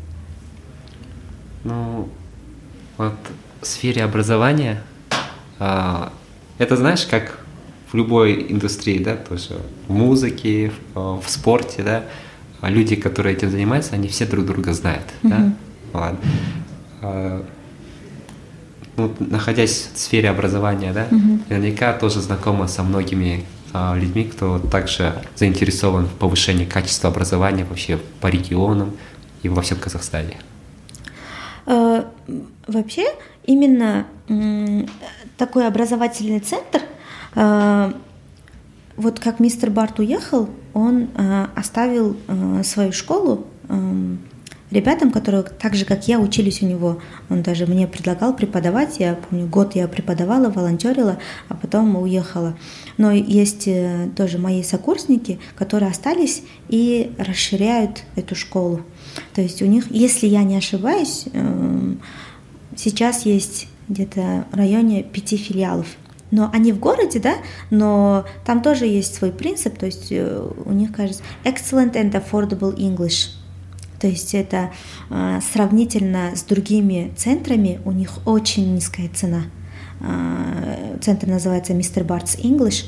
Ну, вот в сфере образования, э, это знаешь, как в любой индустрии, да, тоже в музыке, в, в спорте, да, люди, которые этим занимаются, они все друг друга знают, mm-hmm. да, ладно. Э, ну, находясь в сфере образования, да, mm-hmm. наверняка тоже знакома со многими а, людьми, кто также заинтересован в повышении качества образования вообще по регионам и во всем Казахстане. Uh, вообще, именно м, такой образовательный центр, uh, вот как мистер Барт уехал, он uh, оставил uh, свою школу uh, ребятам, которые так же, как я, учились у него. Он даже мне предлагал преподавать. Я помню, год я преподавала, волонтерила, а потом уехала. Но есть тоже мои сокурсники, которые остались и расширяют эту школу. То есть у них, если я не ошибаюсь, сейчас есть где-то в районе пяти филиалов. Но они в городе, да, но там тоже есть свой принцип, то есть у них, кажется, excellent and affordable English. То есть это э, сравнительно с другими центрами, у них очень низкая цена. Э, центр называется мистер Барт's English.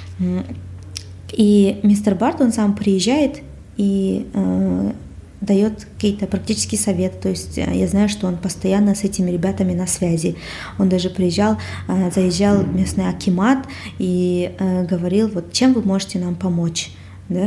И мистер Барт, он сам приезжает и э, дает какие-то практические советы. То есть я знаю, что он постоянно с этими ребятами на связи. Он даже приезжал, заезжал в местный акимат и говорил, вот чем вы можете нам помочь. Да?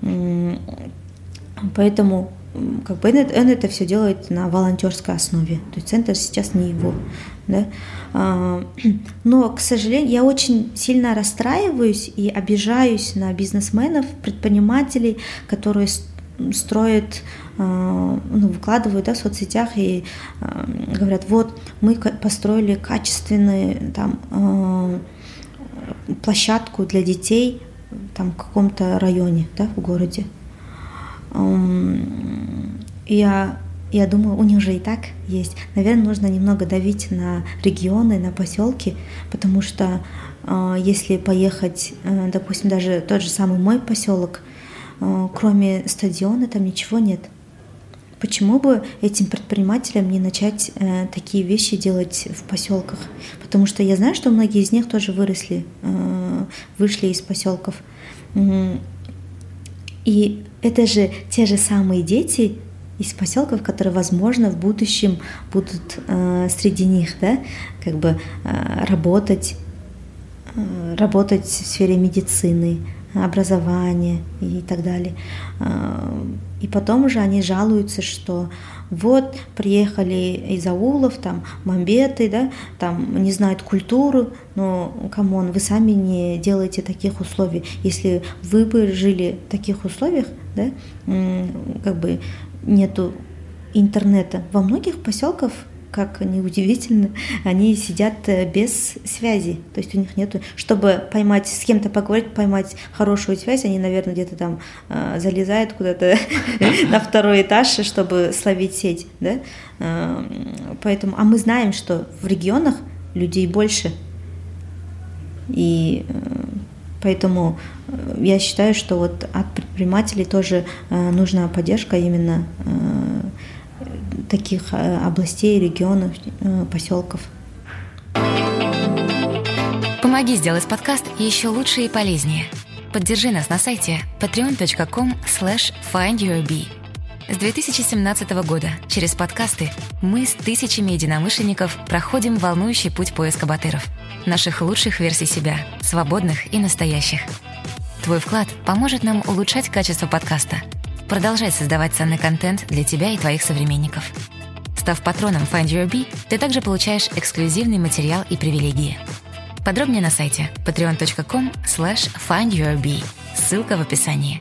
Поэтому как бы, он это все делает на волонтерской основе. То есть центр сейчас не его. Да? Но, к сожалению, я очень сильно расстраиваюсь и обижаюсь на бизнесменов, предпринимателей, которые строят, ну, выкладывают, да, в соцсетях и э, говорят, вот мы построили качественную там, э, площадку для детей там, в каком-то районе, да, в городе. Э, я, я думаю, у них же и так есть. Наверное, нужно немного давить на регионы, на поселки, потому что э, если поехать, э, допустим, даже тот же самый мой поселок, кроме стадиона там ничего нет. Почему бы этим предпринимателям не начать э, такие вещи делать в поселках? Потому что я знаю, что многие из них тоже выросли, э, вышли из поселков. И это же те же самые дети из поселков, которые, возможно, в будущем будут э, среди них, да, как бы э, работать, э, работать в сфере медицины, образование и так далее. И потом уже они жалуются, что вот приехали из аулов, там мамбеты, да, там не знают культуру, но камон, вы сами не делаете таких условий. Если вы бы жили в таких условиях, да, как бы нету интернета. Во многих поселках, как ни удивительно, они сидят без связи. То есть у них нету... Чтобы поймать, с кем-то поговорить, поймать хорошую связь, они, наверное, где-то там э, залезают куда-то на второй этаж, чтобы словить сеть. Да? Э, поэтому... А мы знаем, что в регионах людей больше. И э, поэтому я считаю, что вот от предпринимателей тоже э, нужна поддержка именно э, таких областей, регионов, поселков. Помоги сделать подкаст еще лучше и полезнее. Поддержи нас на сайте patreon точка com слэш find your bee. С две тысячи семнадцатого года через подкасты мы с тысячами единомышленников проходим волнующий путь поиска батыров, наших лучших версий себя, свободных и настоящих. Твой вклад поможет нам улучшать качество подкаста, продолжать создавать ценный контент для тебя и твоих современников. Став патроном Find Your Bee, ты также получаешь эксклюзивный материал и привилегии. Подробнее на сайте patreon точка com слэш find your bee. Ссылка в описании.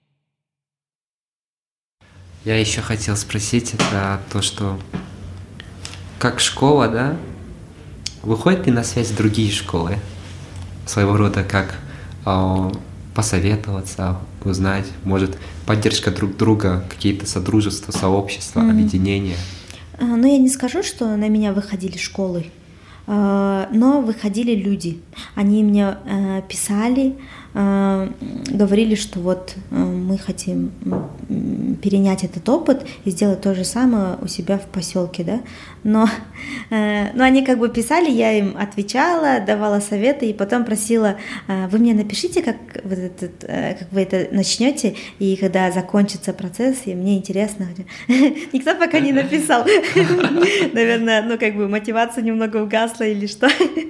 Я еще хотел спросить, это то, что как школа, да, выходит ли на связь другие школы? Своего рода как э, посоветоваться, узнать, может, поддержка друг друга, какие-то содружества, сообщества, mm-hmm. объединения? Ну, я не скажу, что на меня выходили школы, но выходили люди. Они мне писали, говорили, что вот мы хотим перенять этот опыт и сделать то же самое у себя в поселке, да. Но, но они как бы писали, я им отвечала, давала советы и потом просила, вы мне напишите, как вы, этот, как вы это начнете, и когда закончится процесс, и мне интересно. Никто пока не написал. Наверное, ну как бы мотивация немного угасла или что.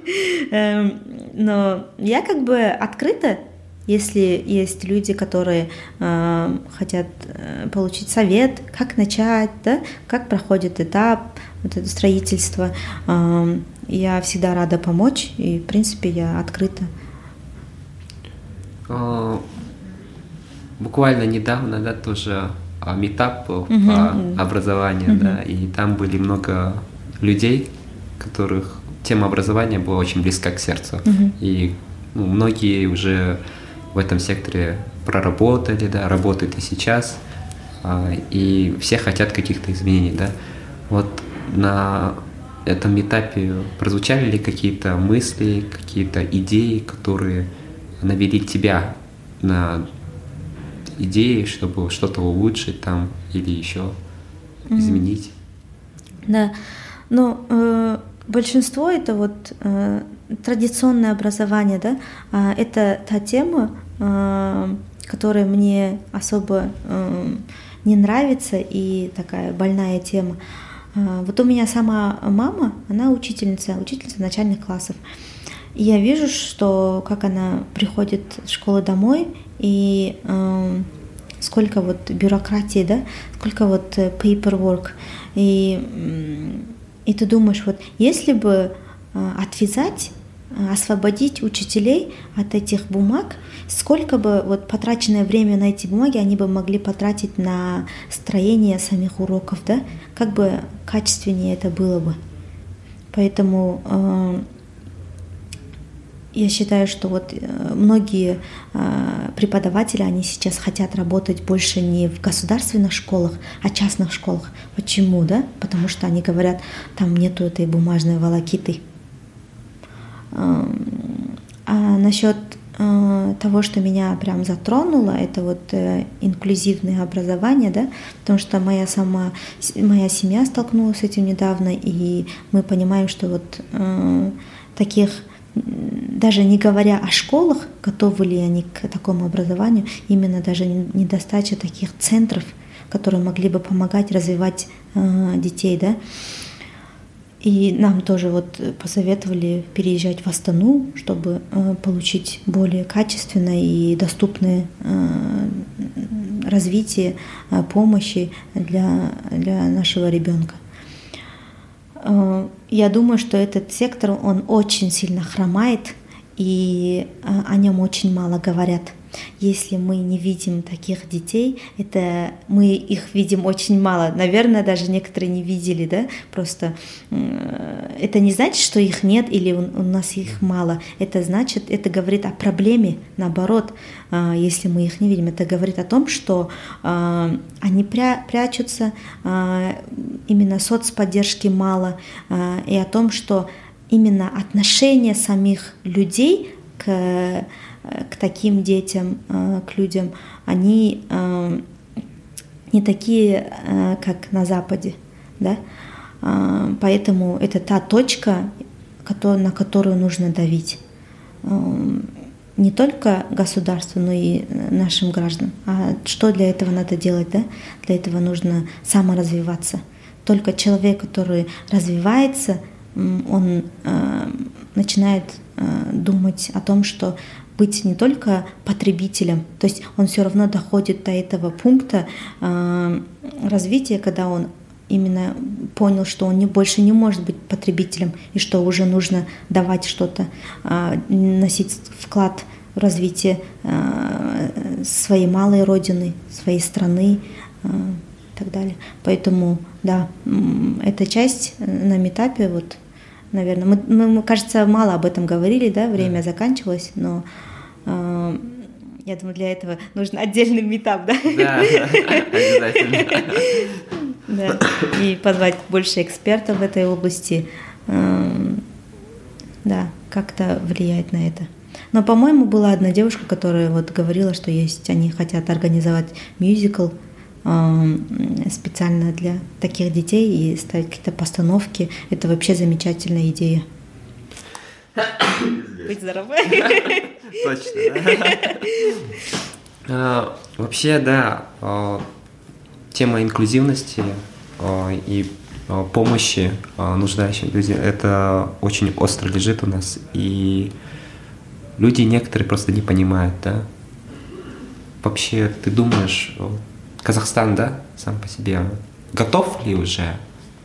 Но я как бы открыта. Если есть люди, которые э, хотят э, получить совет, как начать, да, как проходит этап вот это строительство, э, я всегда рада помочь, и, в принципе, я открыта. Буквально недавно, да, тоже митап по Мгм. образованию, Мгм. да, и там были много людей, которых тема образования была очень близка к сердцу. Мгм. И ну, многие уже в этом секторе проработали, да, работают и сейчас, а, и все хотят каких-то изменений, да. Вот на этом этапе прозвучали ли какие-то мысли, какие-то идеи, которые навели тебя на идеи, чтобы что-то улучшить там или еще изменить? Да, ну, э, большинство это вот э, традиционное образование, да, а, это та тема, э, которая мне особо э, не нравится и такая больная тема. А, вот у меня сама мама, она учительница, учительница начальных классов. И я вижу, что как она приходит с школы домой, и э, сколько вот бюрократии, да, сколько вот э, paperwork. И, м, и ты думаешь, вот если бы э, отвязать, э, освободить учителей от этих бумаг, сколько бы вот потраченное время на эти бумаги они бы могли потратить на строение самих уроков, да, как бы качественнее это было бы. Поэтому э, я считаю, что вот э, многие э, преподаватели, они сейчас хотят работать больше не в государственных школах, а частных школах. Почему, да? Потому что они говорят, там нету этой бумажной волокиты. Э, а насчет э, того, что меня прям затронуло, это вот э, инклюзивное образование, да, потому что моя сама, моя семья столкнулась с этим недавно, и мы понимаем, что вот э, таких, даже не говоря о школах, готовы ли они к такому образованию, именно даже недостача таких центров, которые могли бы помогать развивать э, детей, да. И нам тоже вот посоветовали переезжать в Астану, чтобы э, получить более качественное и доступное э, развитие э, помощи для, для нашего ребенка. Я думаю, что этот сектор, он очень сильно хромает, и о нем очень мало говорят. Если мы не видим таких детей, это мы их видим очень мало. Наверное, даже некоторые не видели, да? Просто это не значит, что их нет или у нас их мало. Это значит, это говорит о проблеме, наоборот. Если мы их не видим, это говорит о том, что они прячутся, именно соцподдержки мало, и о том, что именно отношение самих людей к к таким детям, к людям, они не такие, как на Западе, да? Поэтому это та точка, на которую нужно давить. Не только государству, но и нашим гражданам. А что для этого надо делать, да? Для этого нужно саморазвиваться. Только человек, который развивается, он начинает думать о том, что быть не только потребителем, то есть он все равно доходит до этого пункта э, развития, когда он именно понял, что он не, больше не может быть потребителем, и что уже нужно давать что-то, э, носить вклад в развитие э, своей малой родины, своей страны э, и так далее. Поэтому, да, эта часть на митапе, вот, наверное, мы, мы, кажется, мало об этом говорили, да, время заканчивалось, но э, я думаю, для этого нужен отдельный митап, да? Да, обязательно. Да, и позвать больше экспертов в этой области, э, да, как-то влиять на это. Но, по-моему, была одна девушка, которая вот говорила, что есть, они хотят организовать мюзикл специально для таких детей и ставить какие-то постановки. Это вообще замечательная идея. Будь здоров. Точно, да. Вообще, да, тема инклюзивности и помощи нуждающим людям, это очень остро лежит у нас, и люди некоторые просто не понимают, да. Вообще, ты думаешь, Казахстан, да, сам по себе, готов ли уже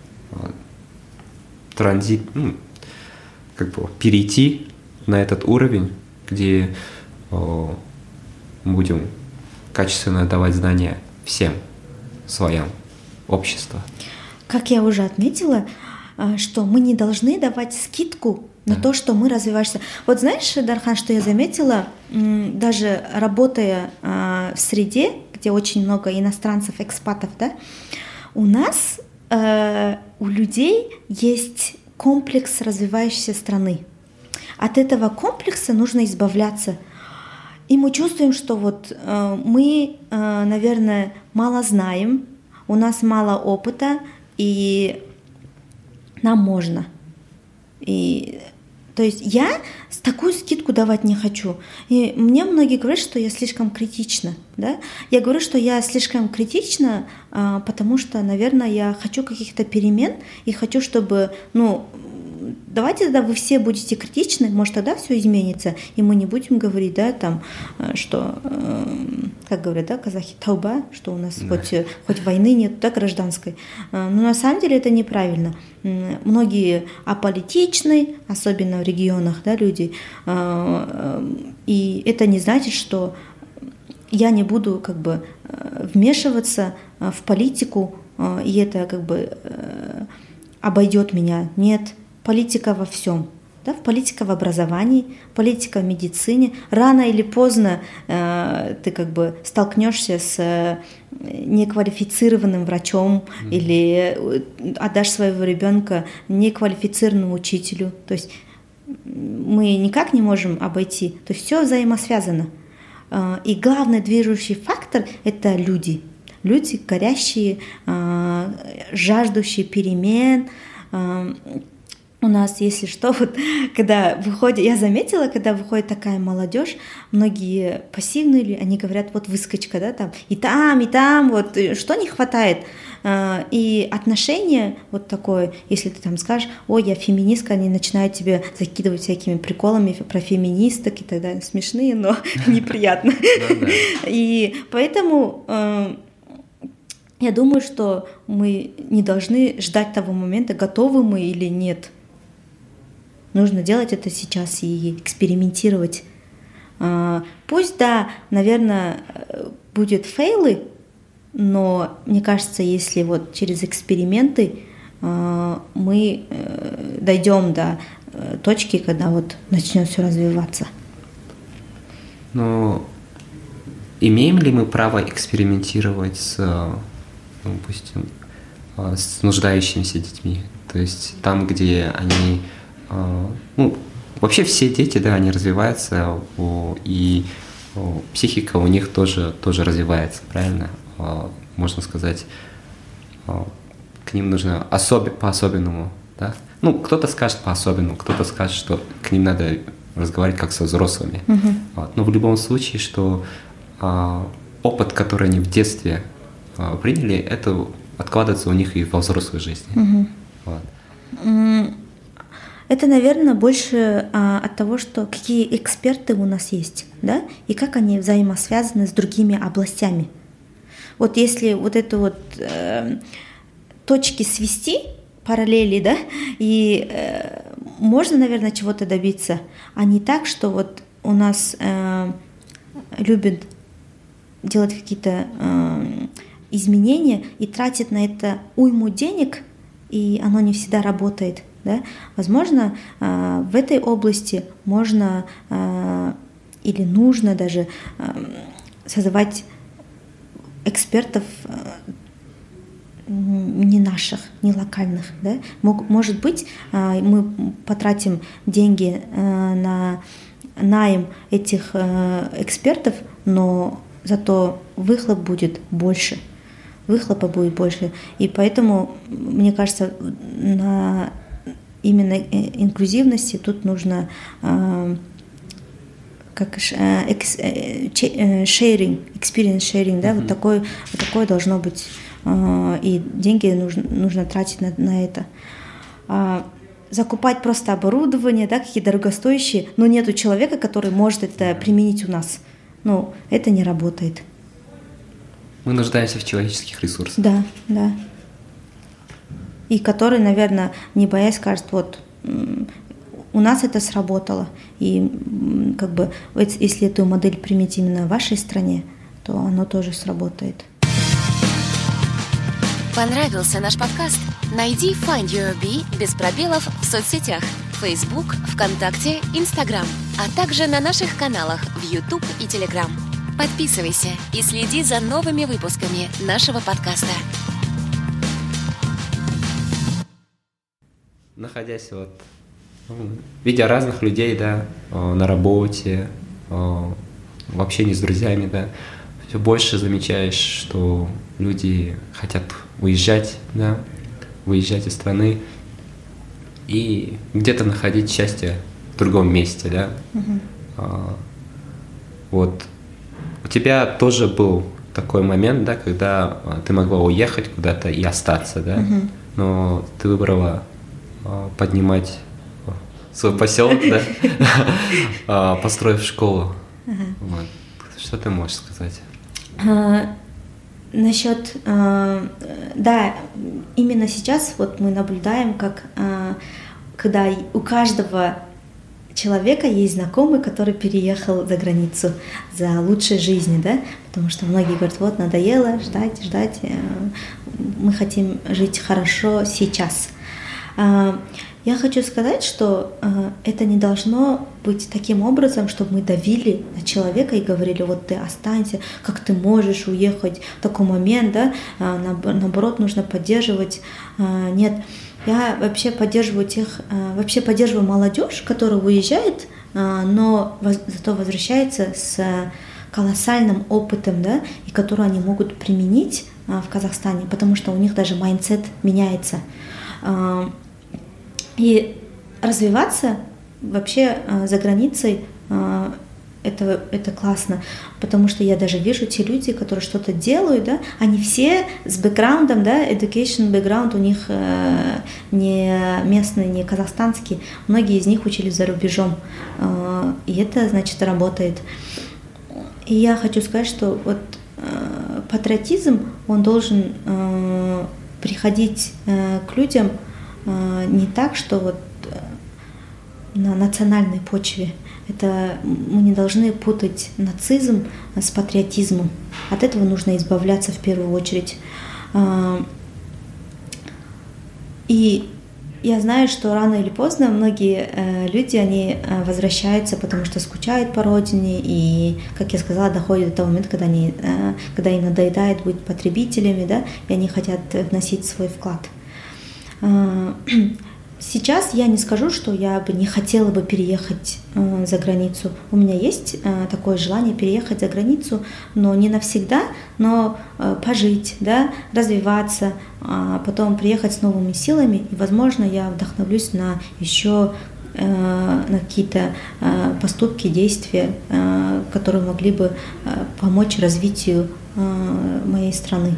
транзит, ну, как бы перейти на этот уровень, где о, будем качественно давать знания всем, своем обществе. Как я уже отметила, что мы не должны давать скидку на да. то, что мы развиваемся. Вот знаешь, Дархан, что я заметила, даже работая в среде, где очень много иностранцев, экспатов, да, у нас, у людей есть комплекс развивающейся страны. От этого комплекса нужно избавляться. И мы чувствуем, что вот мы, наверное, мало знаем, у нас мало опыта, и нам можно. И, то есть я такую скидку давать не хочу. И мне многие говорят, что я слишком критична. Да? Я говорю, что я слишком критична, потому что, наверное, я хочу каких-то перемен и хочу, чтобы, ну, давайте тогда вы все будете критичны, может тогда все изменится, и мы не будем говорить, да, там, что, как говорят, да, казахи, тауба, что у нас да. хоть, хоть войны нет, да, гражданской. Но на самом деле это неправильно. Многие аполитичны, особенно в регионах, да, люди, и это не значит, что я не буду как бы вмешиваться в политику, и это как бы обойдет меня. Нет. Политика во всем, да, политика в образовании, политика в медицине. Рано или поздно э, ты как бы столкнешься с э, неквалифицированным врачом mm. или отдашь своего ребенка неквалифицированному учителю. То есть мы никак не можем обойти. То есть все взаимосвязано. Э, и главный движущий фактор – это люди. Люди, горящие, э, жаждущие перемен. Э, У нас, если что, вот когда выходит, я заметила, когда выходит такая молодежь, многие пассивные, они говорят, вот выскочка, да, там, и там, и там, вот, что не хватает. И отношение вот такое, если ты там скажешь, ой, я феминистка, они начинают тебе закидывать всякими приколами про феминисток и так далее. Смешные, но неприятно. И поэтому я думаю, что мы не должны ждать того момента, готовы мы или нет. Нужно делать это сейчас и экспериментировать. Пусть, да, наверное, будут фейлы, но мне кажется, если вот через эксперименты мы дойдем до точки, когда вот начнет все развиваться. Но имеем ли мы право экспериментировать с, ну, допустим, с нуждающимися детьми? То есть там, где они... Ну, вообще все дети, да, они развиваются, и психика у них тоже, тоже развивается, правильно? Можно сказать, к ним нужно особ... по-особенному, да? Ну, кто-то скажет по-особенному, кто-то скажет, что к ним надо разговаривать как со взрослыми. Uh-huh. Вот. Но в любом случае, что а, опыт, который они в детстве а, приняли, это откладывается у них и во взрослой жизни. Uh-huh. Вот. Mm. Это, наверное, больше а, от того, что какие эксперты у нас есть, да, и как они взаимосвязаны с другими областями. Вот если вот это вот э, точки свести, параллели, да, и э, можно, наверное, чего-то добиться, а не так, что вот у нас э, любят делать какие-то э, изменения и тратят на это уйму денег, и оно не всегда работает. Да? Возможно, э, в этой области можно э, или нужно даже э, создавать экспертов э, не наших, не локальных. Да? Мог, может быть, э, мы потратим деньги э, на найм этих э, экспертов, но зато выхлоп будет больше. Выхлопа будет больше. И поэтому, мне кажется, на именно инклюзивности тут нужно э, как шеринг, experience sharing, да, mm-hmm. вот такое, вот такое должно быть, э, и деньги нужно, нужно тратить на, на это. А, закупать просто оборудование, да, какие дорогостоящие, но нету человека, который может это применить у нас. Ну, это не работает. Мы нуждаемся в человеческих ресурсах. Да, да. И который, наверное, не боясь, скажет, вот, у нас это сработало. И как бы, если эту модель применить именно в вашей стране, то оно тоже сработает. Понравился наш подкаст? Найди Find Your Bee без пробелов в соцсетях Facebook, ВКонтакте, Instagram, а также на наших каналах в YouTube и Telegram. Подписывайся и следи за новыми выпусками нашего подкаста. Находясь вот, видя разных людей, да, на работе, в общении с друзьями, да, все больше замечаешь, что люди хотят уезжать, да, выезжать из страны и где-то находить счастье в другом месте, да. Угу. А, вот у тебя тоже был такой момент, да, когда ты могла уехать куда-то и остаться, да, угу. но ты выбрала а, поднимать свой поселок, да, построив школу. Вот. Что ты можешь сказать? А, насчет, а, да, именно сейчас вот мы наблюдаем, как а, когда у каждого человека есть знакомый, который переехал за границу за лучшей жизнью, да, потому что многие говорят, вот надоело ждать, ждать, мы хотим жить хорошо сейчас. А, Я хочу сказать, что э, это не должно быть таким образом, чтобы мы давили на человека и говорили, вот ты останься, как ты можешь уехать в такой момент, да, э, наоборот, нужно поддерживать. Э, нет, я вообще поддерживаю тех, э, вообще поддерживаю молодежь, которая уезжает, э, но воз, зато возвращается с колоссальным опытом, да, и который они могут применить э, в Казахстане, потому что у них даже майндсет меняется. Э, И развиваться вообще э, за границей э, это, это классно, потому что я даже вижу те люди, которые что-то делают, да, они все с бэкграундом, да, education бэкграунд у них э, не местный, не казахстанский, многие из них учились за рубежом, э, и это, значит, работает. И я хочу сказать, что вот э, патриотизм, он должен э, приходить э, к людям не так, что вот на национальной почве. Это мы не должны путать нацизм с патриотизмом. От этого нужно избавляться в первую очередь. И я знаю, что рано или поздно многие люди, они возвращаются, потому что скучают по родине, и, как я сказала, доходят до того момента, когда, они, когда им надоедает быть потребителями, да, и они хотят вносить свой вклад. Сейчас я не скажу, что я бы не хотела бы переехать за границу. У меня есть такое желание переехать за границу, но не навсегда, но пожить, да, развиваться, потом приехать с новыми силами, и, возможно, я вдохновлюсь на еще на какие-то поступки, действия, которые могли бы помочь развитию моей страны.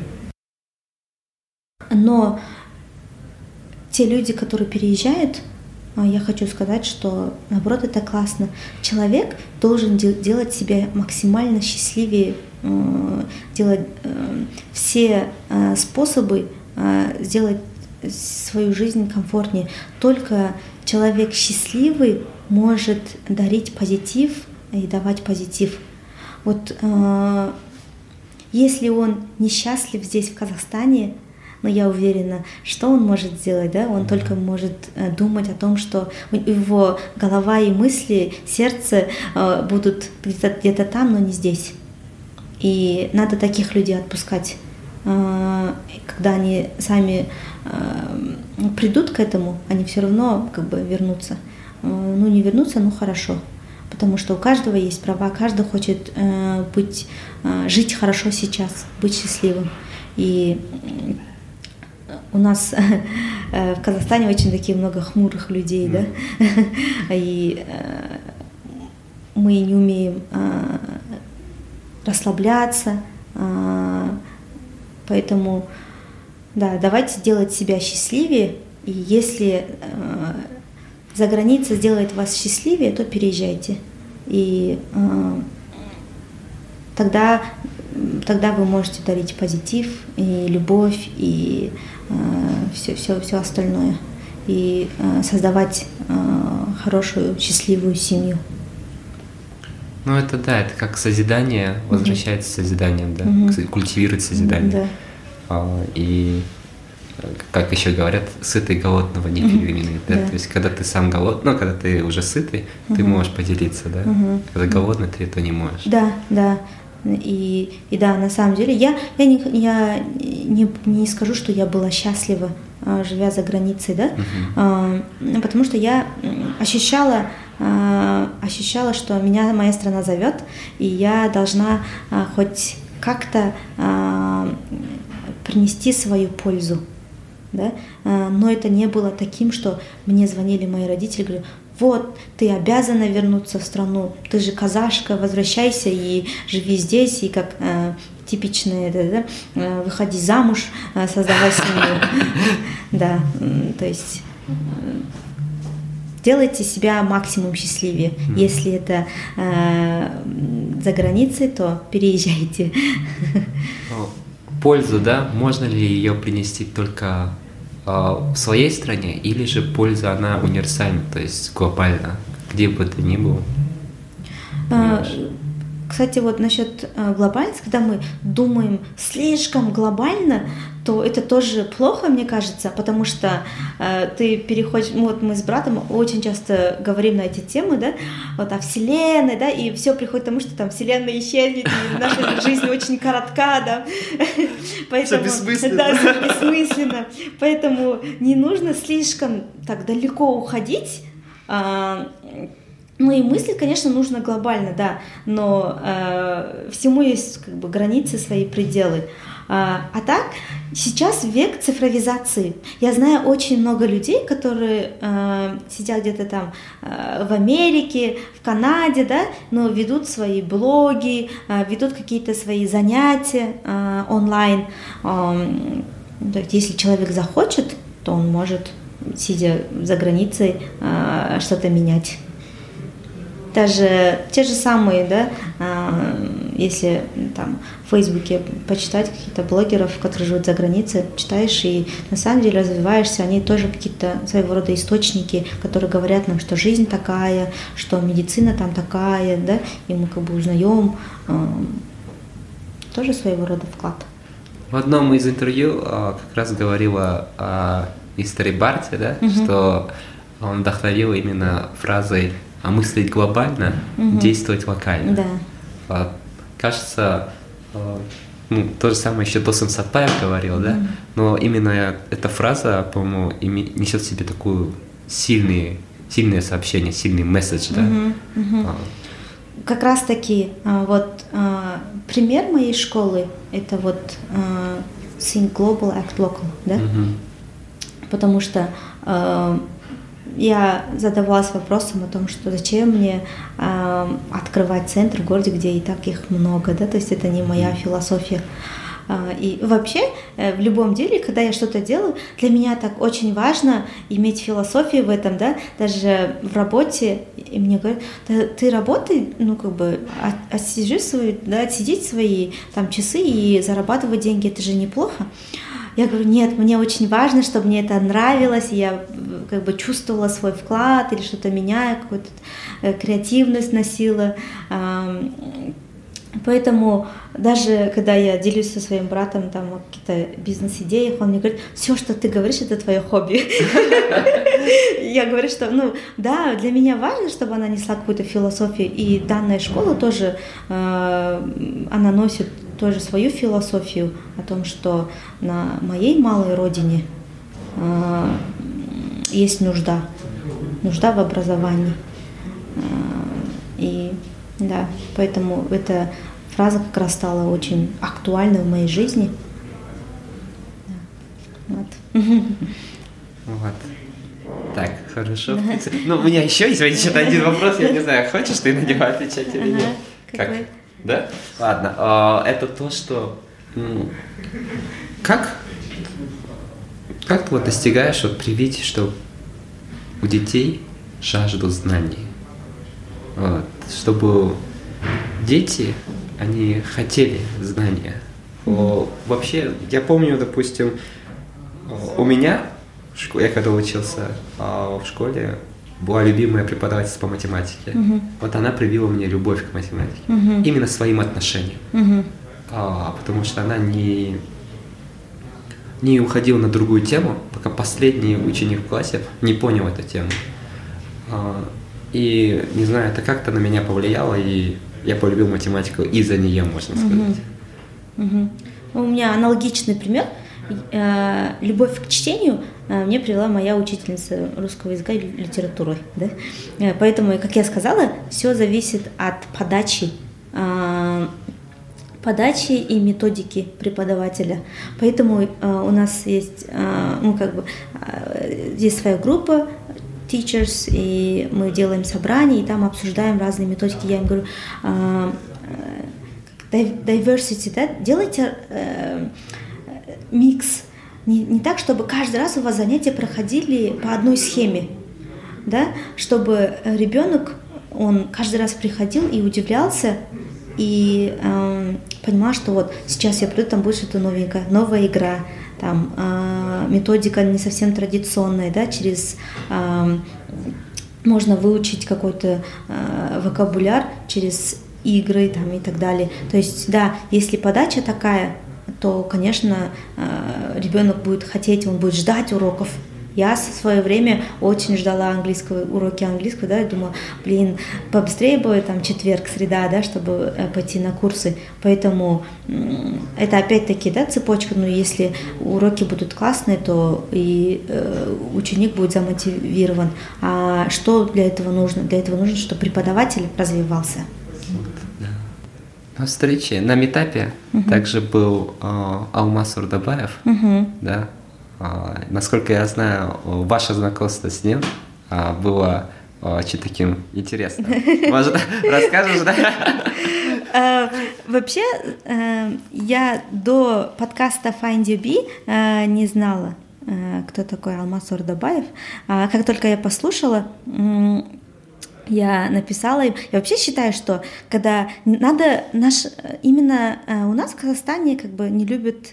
Но те люди, которые переезжают, я хочу сказать, что, наоборот, это классно. Человек должен делать себя максимально счастливее, делать все способы сделать свою жизнь комфортнее. Только человек счастливый может дарить позитив и давать позитив. Вот если он несчастлив здесь, в Казахстане, но я уверена, что он может сделать, да? Он только может думать о том, что его голова и мысли, сердце будут где-то, где-то там, но не здесь. И надо таких людей отпускать. Когда они сами придут к этому, они все равно как бы вернутся. Ну, не вернутся, ну хорошо. Потому что у каждого есть права, каждый хочет быть, жить хорошо сейчас, быть счастливым. И у нас в Казахстане очень такие много хмурых людей, да, и мы не умеем расслабляться, поэтому, да, давайте делать себя счастливее, и если за границей сделает вас счастливее, то переезжайте, и тогда тогда вы можете дарить позитив и любовь и э, все, все, все остальное и э, создавать э, хорошую счастливую семью. Ну это да, это как созидание, возвращается mm-hmm. созиданием, да, mm-hmm. культивирует созидание. Да. А, и как еще говорят, сытый голодного не переименует. Да? Да. То есть, когда ты сам голодный, ну, когда ты уже сытый, ты Мгм. можешь поделиться, да? Мгм. Когда голодный, ты это не можешь. Да, да. И, и да, на самом деле, я, я, не, я не, не скажу, что я была счастлива, а, живя за границей, да, Мгм. А, потому что я м, ощущала, а, ощущала, что меня моя страна зовет, и я должна а, хоть как-то а, принести свою пользу, да, А, но это не было таким, что мне звонили мои родители, говорят: вот, ты обязана вернуться в страну, ты же казашка, возвращайся и живи здесь, и как э, типичные, да, да, э, выходи замуж, э, создавай семью. Да, м, то есть э, делайте себя максимум счастливее. Если это э, за границей, то переезжайте. Ну, пользу, да, можно ли ее принести только а, в своей стране, или же польза, она универсальна, то есть глобально, где бы ты ни был? А, Кстати, вот насчет э, глобальности, когда мы думаем слишком глобально, то это тоже плохо, мне кажется, потому что э, ты переходишь, ну, вот мы с братом очень часто говорим на эти темы, да, вот о Вселенной, да, и все приходит к тому, что там Вселенная исчезнет, и наша жизнь очень коротка, да. Поэтому, Всё бессмысленно. Да, всё бессмысленно. Поэтому не нужно слишком так далеко уходить. а, Ну и мыслить, конечно, нужно глобально, да, но э, всему есть как бы границы, свои пределы. А, а так, сейчас век цифровизации. Я знаю очень много людей, которые э, сидят где-то там э, в Америке, в Канаде, да, но ведут свои блоги, э, ведут какие-то свои занятия э, онлайн. Э, то есть, если человек захочет, то он может, сидя за границей, э, что-то менять. Даже те же самые, да, если там в Фейсбуке почитать каких-то блогеров, которые живут за границей, читаешь и на самом деле развиваешься, они тоже какие-то своего рода источники, которые говорят нам, что жизнь такая, что медицина там такая, да, и мы как бы узнаем тоже своего рода вклад. В одном из интервью а, как раз говорила о мистере Барте, да, Мгм. что он вдохновил именно фразой «а мыслить глобально, Мгм. действовать локально». Да. А, кажется, а, ну, то же самое еще Досан Сатпаев говорил, да, Мгм. но именно эта фраза, по-моему, име- несет в себе такую сильные, сильное сообщение, сильный месседж, да. Мгм, мгм. А, Как раз таки, а, вот а, пример моей школы — это вот а, Think Global, Act Local, да? мгм. Потому что а, я задавалась вопросом о том, что зачем мне а, открывать центр в городе, где и так их много, да, то есть это не моя философия. А, И вообще э, в любом деле, когда я что-то делаю, для меня так очень важно иметь философию в этом, да, даже в работе, и мне говорят: да, ты работай, ну как бы от- отсижи свои, да, отсидеть свои там часы и зарабатывать деньги, это же неплохо. Я говорю: нет, мне очень важно, чтобы мне это нравилось, и я э, как бы чувствовала свой вклад или что-то меняю, какую-то э, креативность носила. Ам, Поэтому даже когда я делюсь со своим братом там о каких-то бизнес-идеях, он мне говорит: все, что ты говоришь, это твое хобби. Я говорю, что, ну, да, для меня важно, чтобы она несла какую-то философию, и данная школа тоже, э, она носит тоже свою философию о том, что на моей малой родине э, есть нужда, нужда в образовании. Э, И да, поэтому эта фраза как раз стала очень актуальной в моей жизни. Да. Вот. Вот. Так, хорошо. в принципе. Ну, у меня еще есть еще один вопрос, я не знаю, хочешь ты на него отвечать или Ага, нет? Как? какой? Да? Ладно. а, Это то, что м, как как ты вот достигаешь вот привить, что у детей жажду знаний, вот, чтобы дети, они хотели знания. О, вообще, я помню, допустим, у меня, в шко- я когда учился а, в школе, была любимая преподавательница по математике. Мгм. Вот она привила мне любовь к математике. Мгм. Именно своим отношением. Мгм. А, потому что она не, не уходил на другую тему, пока последний ученик в классе не понял эту тему. И, не знаю, это как-то на меня повлияло, и я полюбил математику из-за нее, можно сказать. Угу. Угу. У меня аналогичный пример. Любовь к чтению мне привела моя учительница русского языка и литературы. Да? Поэтому, как я сказала, все зависит от подачи, подачи и методики преподавателя. Поэтому у нас есть, ну, как бы, есть своя группа teachers, и мы делаем собрания, и там обсуждаем разные методики. Я им говорю, diversity, да, делайте э, микс. Не, не так, чтобы каждый раз у вас занятия проходили по одной схеме, да, чтобы ребенок, он каждый раз приходил и удивлялся, и э, понимал, что вот сейчас я приду, там будет что-то новенькое, новая игра, там э, методика не совсем традиционная, да, через э, можно выучить какой-то э, вокабуляр через игры там, и так далее. То есть, да, если подача такая, то, конечно, э, ребенок будет хотеть, он будет ждать уроков. Я в свое время очень ждала английского, уроки английского, да, и думала, блин, побыстрее бы там четверг, среда, да, чтобы пойти на курсы. Поэтому это опять-таки, да, цепочка, но если уроки будут классные, то и э, ученик будет замотивирован. А что для этого нужно? Для этого нужно, чтобы преподаватель развивался. На встрече, на митапе uh-huh. также был э, Алмаз Урдабаев, uh-huh. да. Uh, насколько я знаю, ваше знакомство с ним uh, было uh, очень таким интересным. Может, расскажешь, да? Вообще, я до подкаста Find Your Bee не знала, кто такой Алмаз Урдабаев. Как только я послушала, я написала им. Я вообще считаю, что когда надо наш именно у нас в Казахстане как бы не любят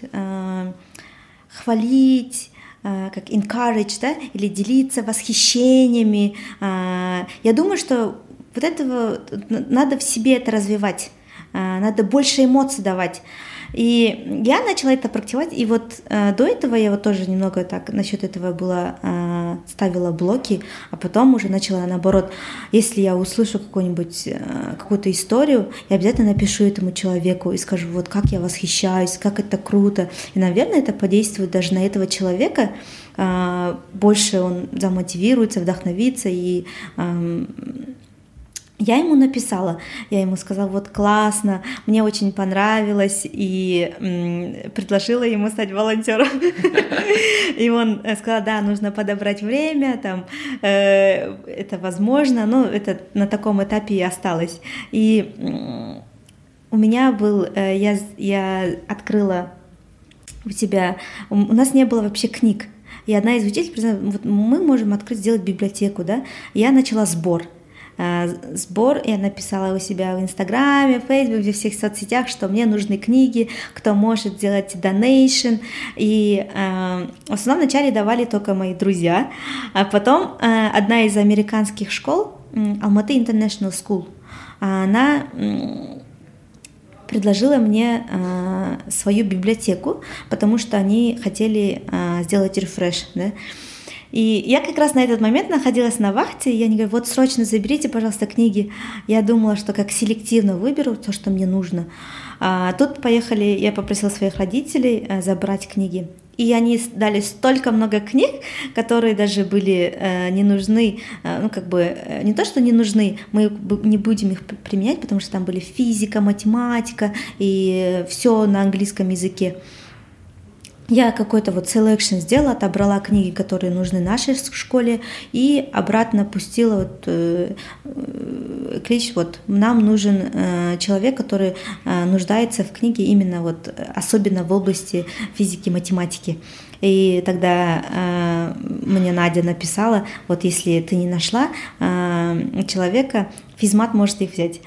хвалить, как encourage, да, или делиться восхищениями. Я думаю, что вот этого надо в себе это развивать, надо больше эмоций давать. И я начала это практиковать, и вот э, до этого я вот тоже немного так насчет этого была, э, ставила блоки, а потом уже начала наоборот, если я услышу какую-нибудь, э, какую-то историю, я обязательно напишу этому человеку и скажу, вот как я восхищаюсь, как это круто, и, наверное, это подействует даже на этого человека, э, больше он замотивируется, вдохновится, и э, я ему написала, я ему сказала, вот классно, мне очень понравилось, и м, предложила ему стать волонтером. И он сказал, да, нужно подобрать время, там, э, это возможно, но это на таком этапе и осталось. И м, у меня был, э, я, я открыла у тебя, у нас не было вообще книг, и одна из учителей признала, вот мы можем открыть, сделать библиотеку, да, я начала сбор. сбор, я написала у себя в Инстаграме, в Фейсбуке, в всех соцсетях, что мне нужны книги, кто может сделать donation, и э, в основном вначале давали только мои друзья, а потом э, одна из американских школ, Almaty International School, она э, предложила мне э, свою библиотеку, потому что они хотели э, сделать рефреш, да. И я как раз на этот момент находилась на вахте, и я не говорю, вот срочно заберите, пожалуйста, книги. Я думала, что как селективно выберу то, что мне нужно. А тут поехали, я попросила своих родителей забрать книги. И они дали столько много книг, которые даже были э, не нужны, э, ну как бы э, не то, что не нужны, мы не будем их применять, потому что там были физика, математика и все на английском языке. Я какой-то вот selection сделала, отобрала книги, которые нужны нашей школе, и обратно пустила вот, э, клич, вот нам нужен э, человек, который э, нуждается в книге именно вот особенно в области физики, математики. И тогда э, мне Надя написала, вот если ты не нашла э, человека, физмат может их взять.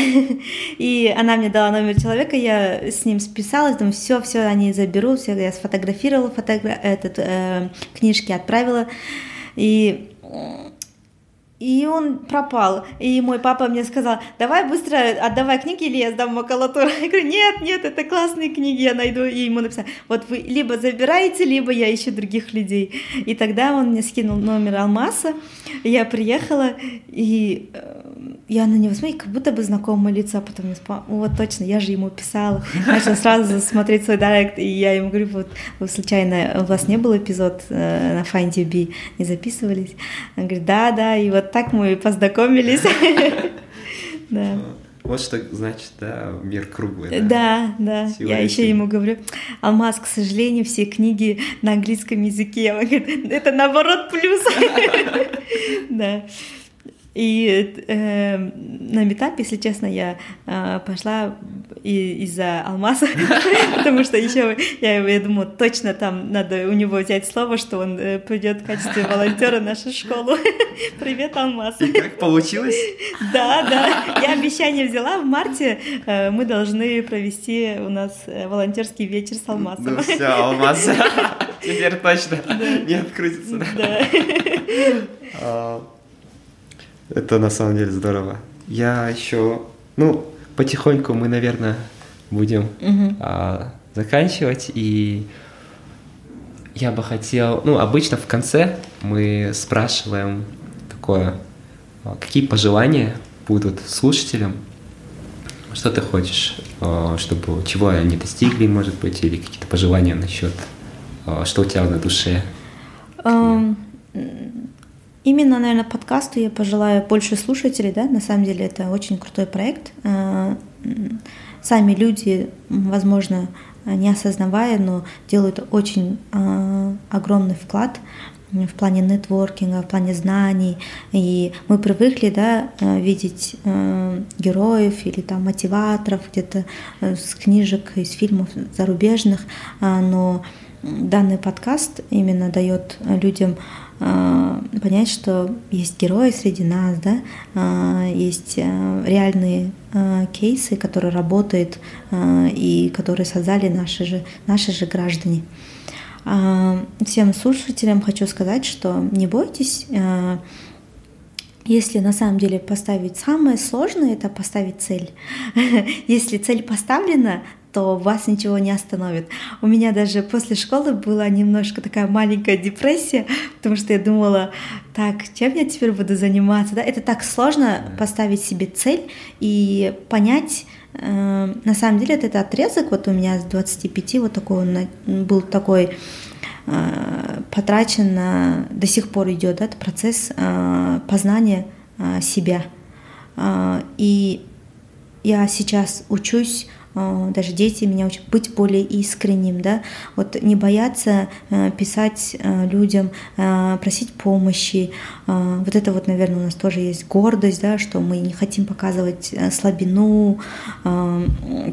И она мне дала номер человека, я с ним списалась, думаю, все, все, они заберут, все, я сфотографировала фотогра... этот, э, книжки, отправила. И И он пропал. И мой папа мне сказал: давай быстро отдавай книги, или я сдам макулатуру. Я говорю: нет, нет, это классные книги, я найду. И ему написал: вот вы либо забираете, либо я ищу других людей. И тогда он мне скинул номер Алмаса. Я приехала, и я на него смотрю, как будто бы знакомое лицо. Потом я вспомнила: вот точно, я же ему писала. Начала сразу смотреть свой директ, и я ему говорю: вот вы случайно, у вас не был эпизод на Find Your Bee, не записывались? Он говорит: да, да, и вот так мы познакомились. Да. Вот что значит, да, мир круглый. Да, да. да. Я еще ему говорю: Алмаз, к сожалению, все книги на английском языке. Он говорит: это наоборот плюс. Да. И э, на метап, если честно, я э, пошла и, из-за Алмаза, потому что еще я, я думаю, точно там надо у него взять слово, что он э, придет в качестве волонтера в нашу школу. Привет, Алмаз. И как получилось? Да, да. Я обещание взяла. В марте э, мы должны провести у нас волонтерский вечер с Алмазом. Ну все, Алмаз. Теперь точно не открутится. Да. Это на самом деле здорово. Я еще, ну, потихоньку мы, наверное, будем uh-huh. а, заканчивать. И я бы хотел, ну, обычно в конце мы спрашиваем такое: какие пожелания будут слушателям, что ты хочешь, чтобы чего они достигли, может быть, или какие-то пожелания насчет, что у тебя на душе. Um... Именно, наверное, подкасту я пожелаю больше слушателей, да, на самом деле это очень крутой проект. Сами люди, возможно, не осознавая, но делают очень огромный вклад в плане нетворкинга, в плане знаний. И мы привыкли, да, видеть героев или там мотиваторов где-то с книжек, из фильмов зарубежных, но данный подкаст именно дает людям понять, что есть герои среди нас, да, есть реальные кейсы, которые работают и которые создали наши же, наши же граждане. Всем слушателям хочу сказать, что не бойтесь, если на самом деле поставить самое сложное, это поставить цель. Если цель поставлена, то вас ничего не остановит. У меня даже после школы была немножко такая маленькая депрессия, потому что я думала: так, чем я теперь буду заниматься? Да? Это так сложно поставить себе цель и понять. Э, на самом деле это отрезок, вот у меня с двадцати пяти вот такой он был такой э, потрачен, на, до сих пор идет, да, процесс э, познания э, себя. Э, и я сейчас учусь, даже дети меня учат быть более искренним, да, вот не бояться э, писать э, людям, э, просить помощи. Э, вот это вот, наверное, у нас тоже есть гордость, да, что мы не хотим показывать э, слабину, э,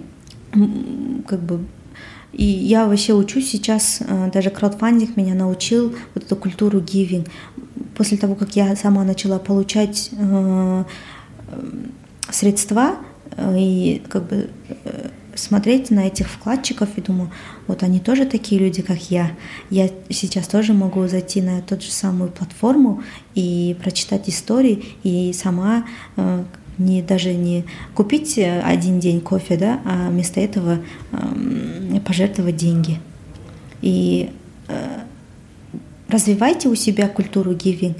как бы. И я вообще учусь сейчас, э, даже краудфандинг меня научил вот эту культуру giving. После того, как я сама начала получать э, средства, и как бы смотреть на этих вкладчиков и думаю: вот они тоже такие люди, как я. Я сейчас тоже могу зайти на ту же самую платформу и прочитать истории, и сама не, даже не купить один день кофе, да, а вместо этого пожертвовать деньги. И развивайте у себя культуру giving,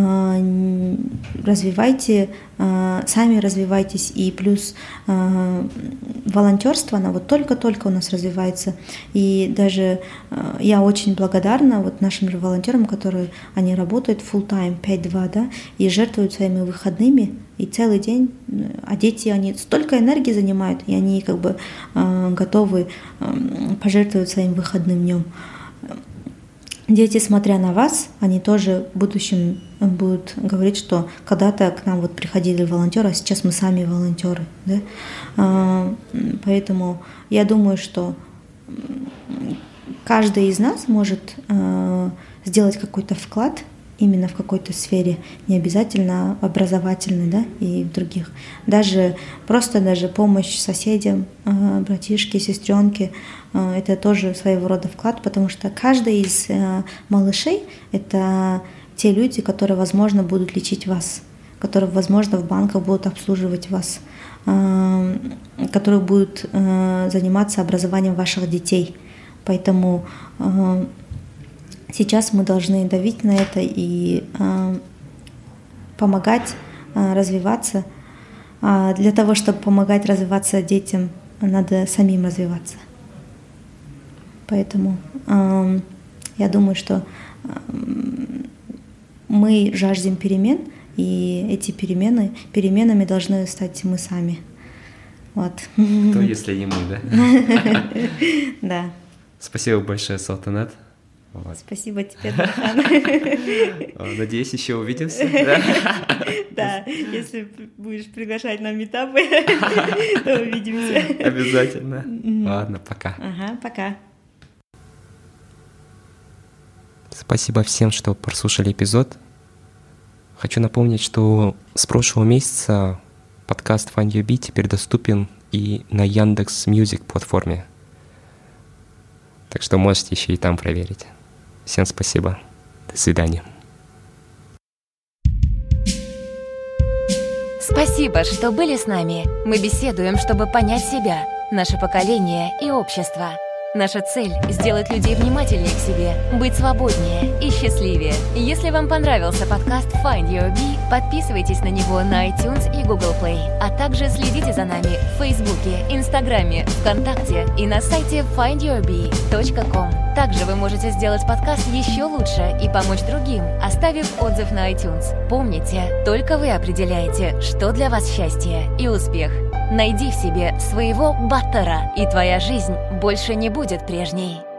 развивайте, сами развивайтесь, и плюс волонтерство, оно вот только-только у нас развивается, и даже я очень благодарна вот нашим же волонтерам, которые, они работают full-time, пять-два, да, и жертвуют своими выходными, и целый день, а дети, они столько энергии занимают, и они как бы готовы пожертвовать своим выходным днем. Дети, смотря на вас, они тоже в будущем будут говорить, что когда-то к нам вот приходили волонтеры, а сейчас мы сами волонтеры. Да? Поэтому я думаю, что каждый из нас может сделать какой-то вклад именно в какой-то сфере, не обязательно образовательной, да, и в других. Даже просто даже помощь соседям, братишке, сестренке, это тоже своего рода вклад, потому что каждый из малышей — это те люди, которые, возможно, будут лечить вас. которые, возможно, в банках будут обслуживать вас, которые будут заниматься образованием ваших детей. Поэтому сейчас мы должны давить на это и помогать развиваться. Для того, чтобы помогать развиваться детям, надо самим развиваться. Поэтому я думаю, что мы жаждем перемен, и эти перемены, переменами должны стать мы сами. Вот. Кто, если не мы, да? Да. Спасибо большое, Салтанат. Вот. Спасибо тебе, Дархан. Надеюсь, еще увидимся. Да, если будешь приглашать на митапы, то увидимся. Обязательно. Ладно, пока. Ага, пока. Спасибо всем, что прослушали эпизод. Хочу напомнить, что с прошлого месяца подкаст Find Your Bee теперь доступен и на Яндекс.Мьюзик платформе. Так что можете еще и там проверить. Всем спасибо. До свидания. Спасибо, что были с нами. Мы беседуем, чтобы понять себя, наше поколение и общество. Наша цель — сделать людей внимательнее к себе, быть свободнее и счастливее. Если вам понравился подкаст Find Your Bee, подписывайтесь на него на iTunes и Google Play, а также следите за нами в Фейсбуке, Инстаграме, ВКонтакте и на сайте файнд юр би точка ком. Также вы можете сделать подкаст еще лучше и помочь другим, оставив отзыв на iTunes. Помните, только вы определяете, что для вас счастье и успех. Найди в себе своего баттера, и твоя жизнь больше не будет прежней.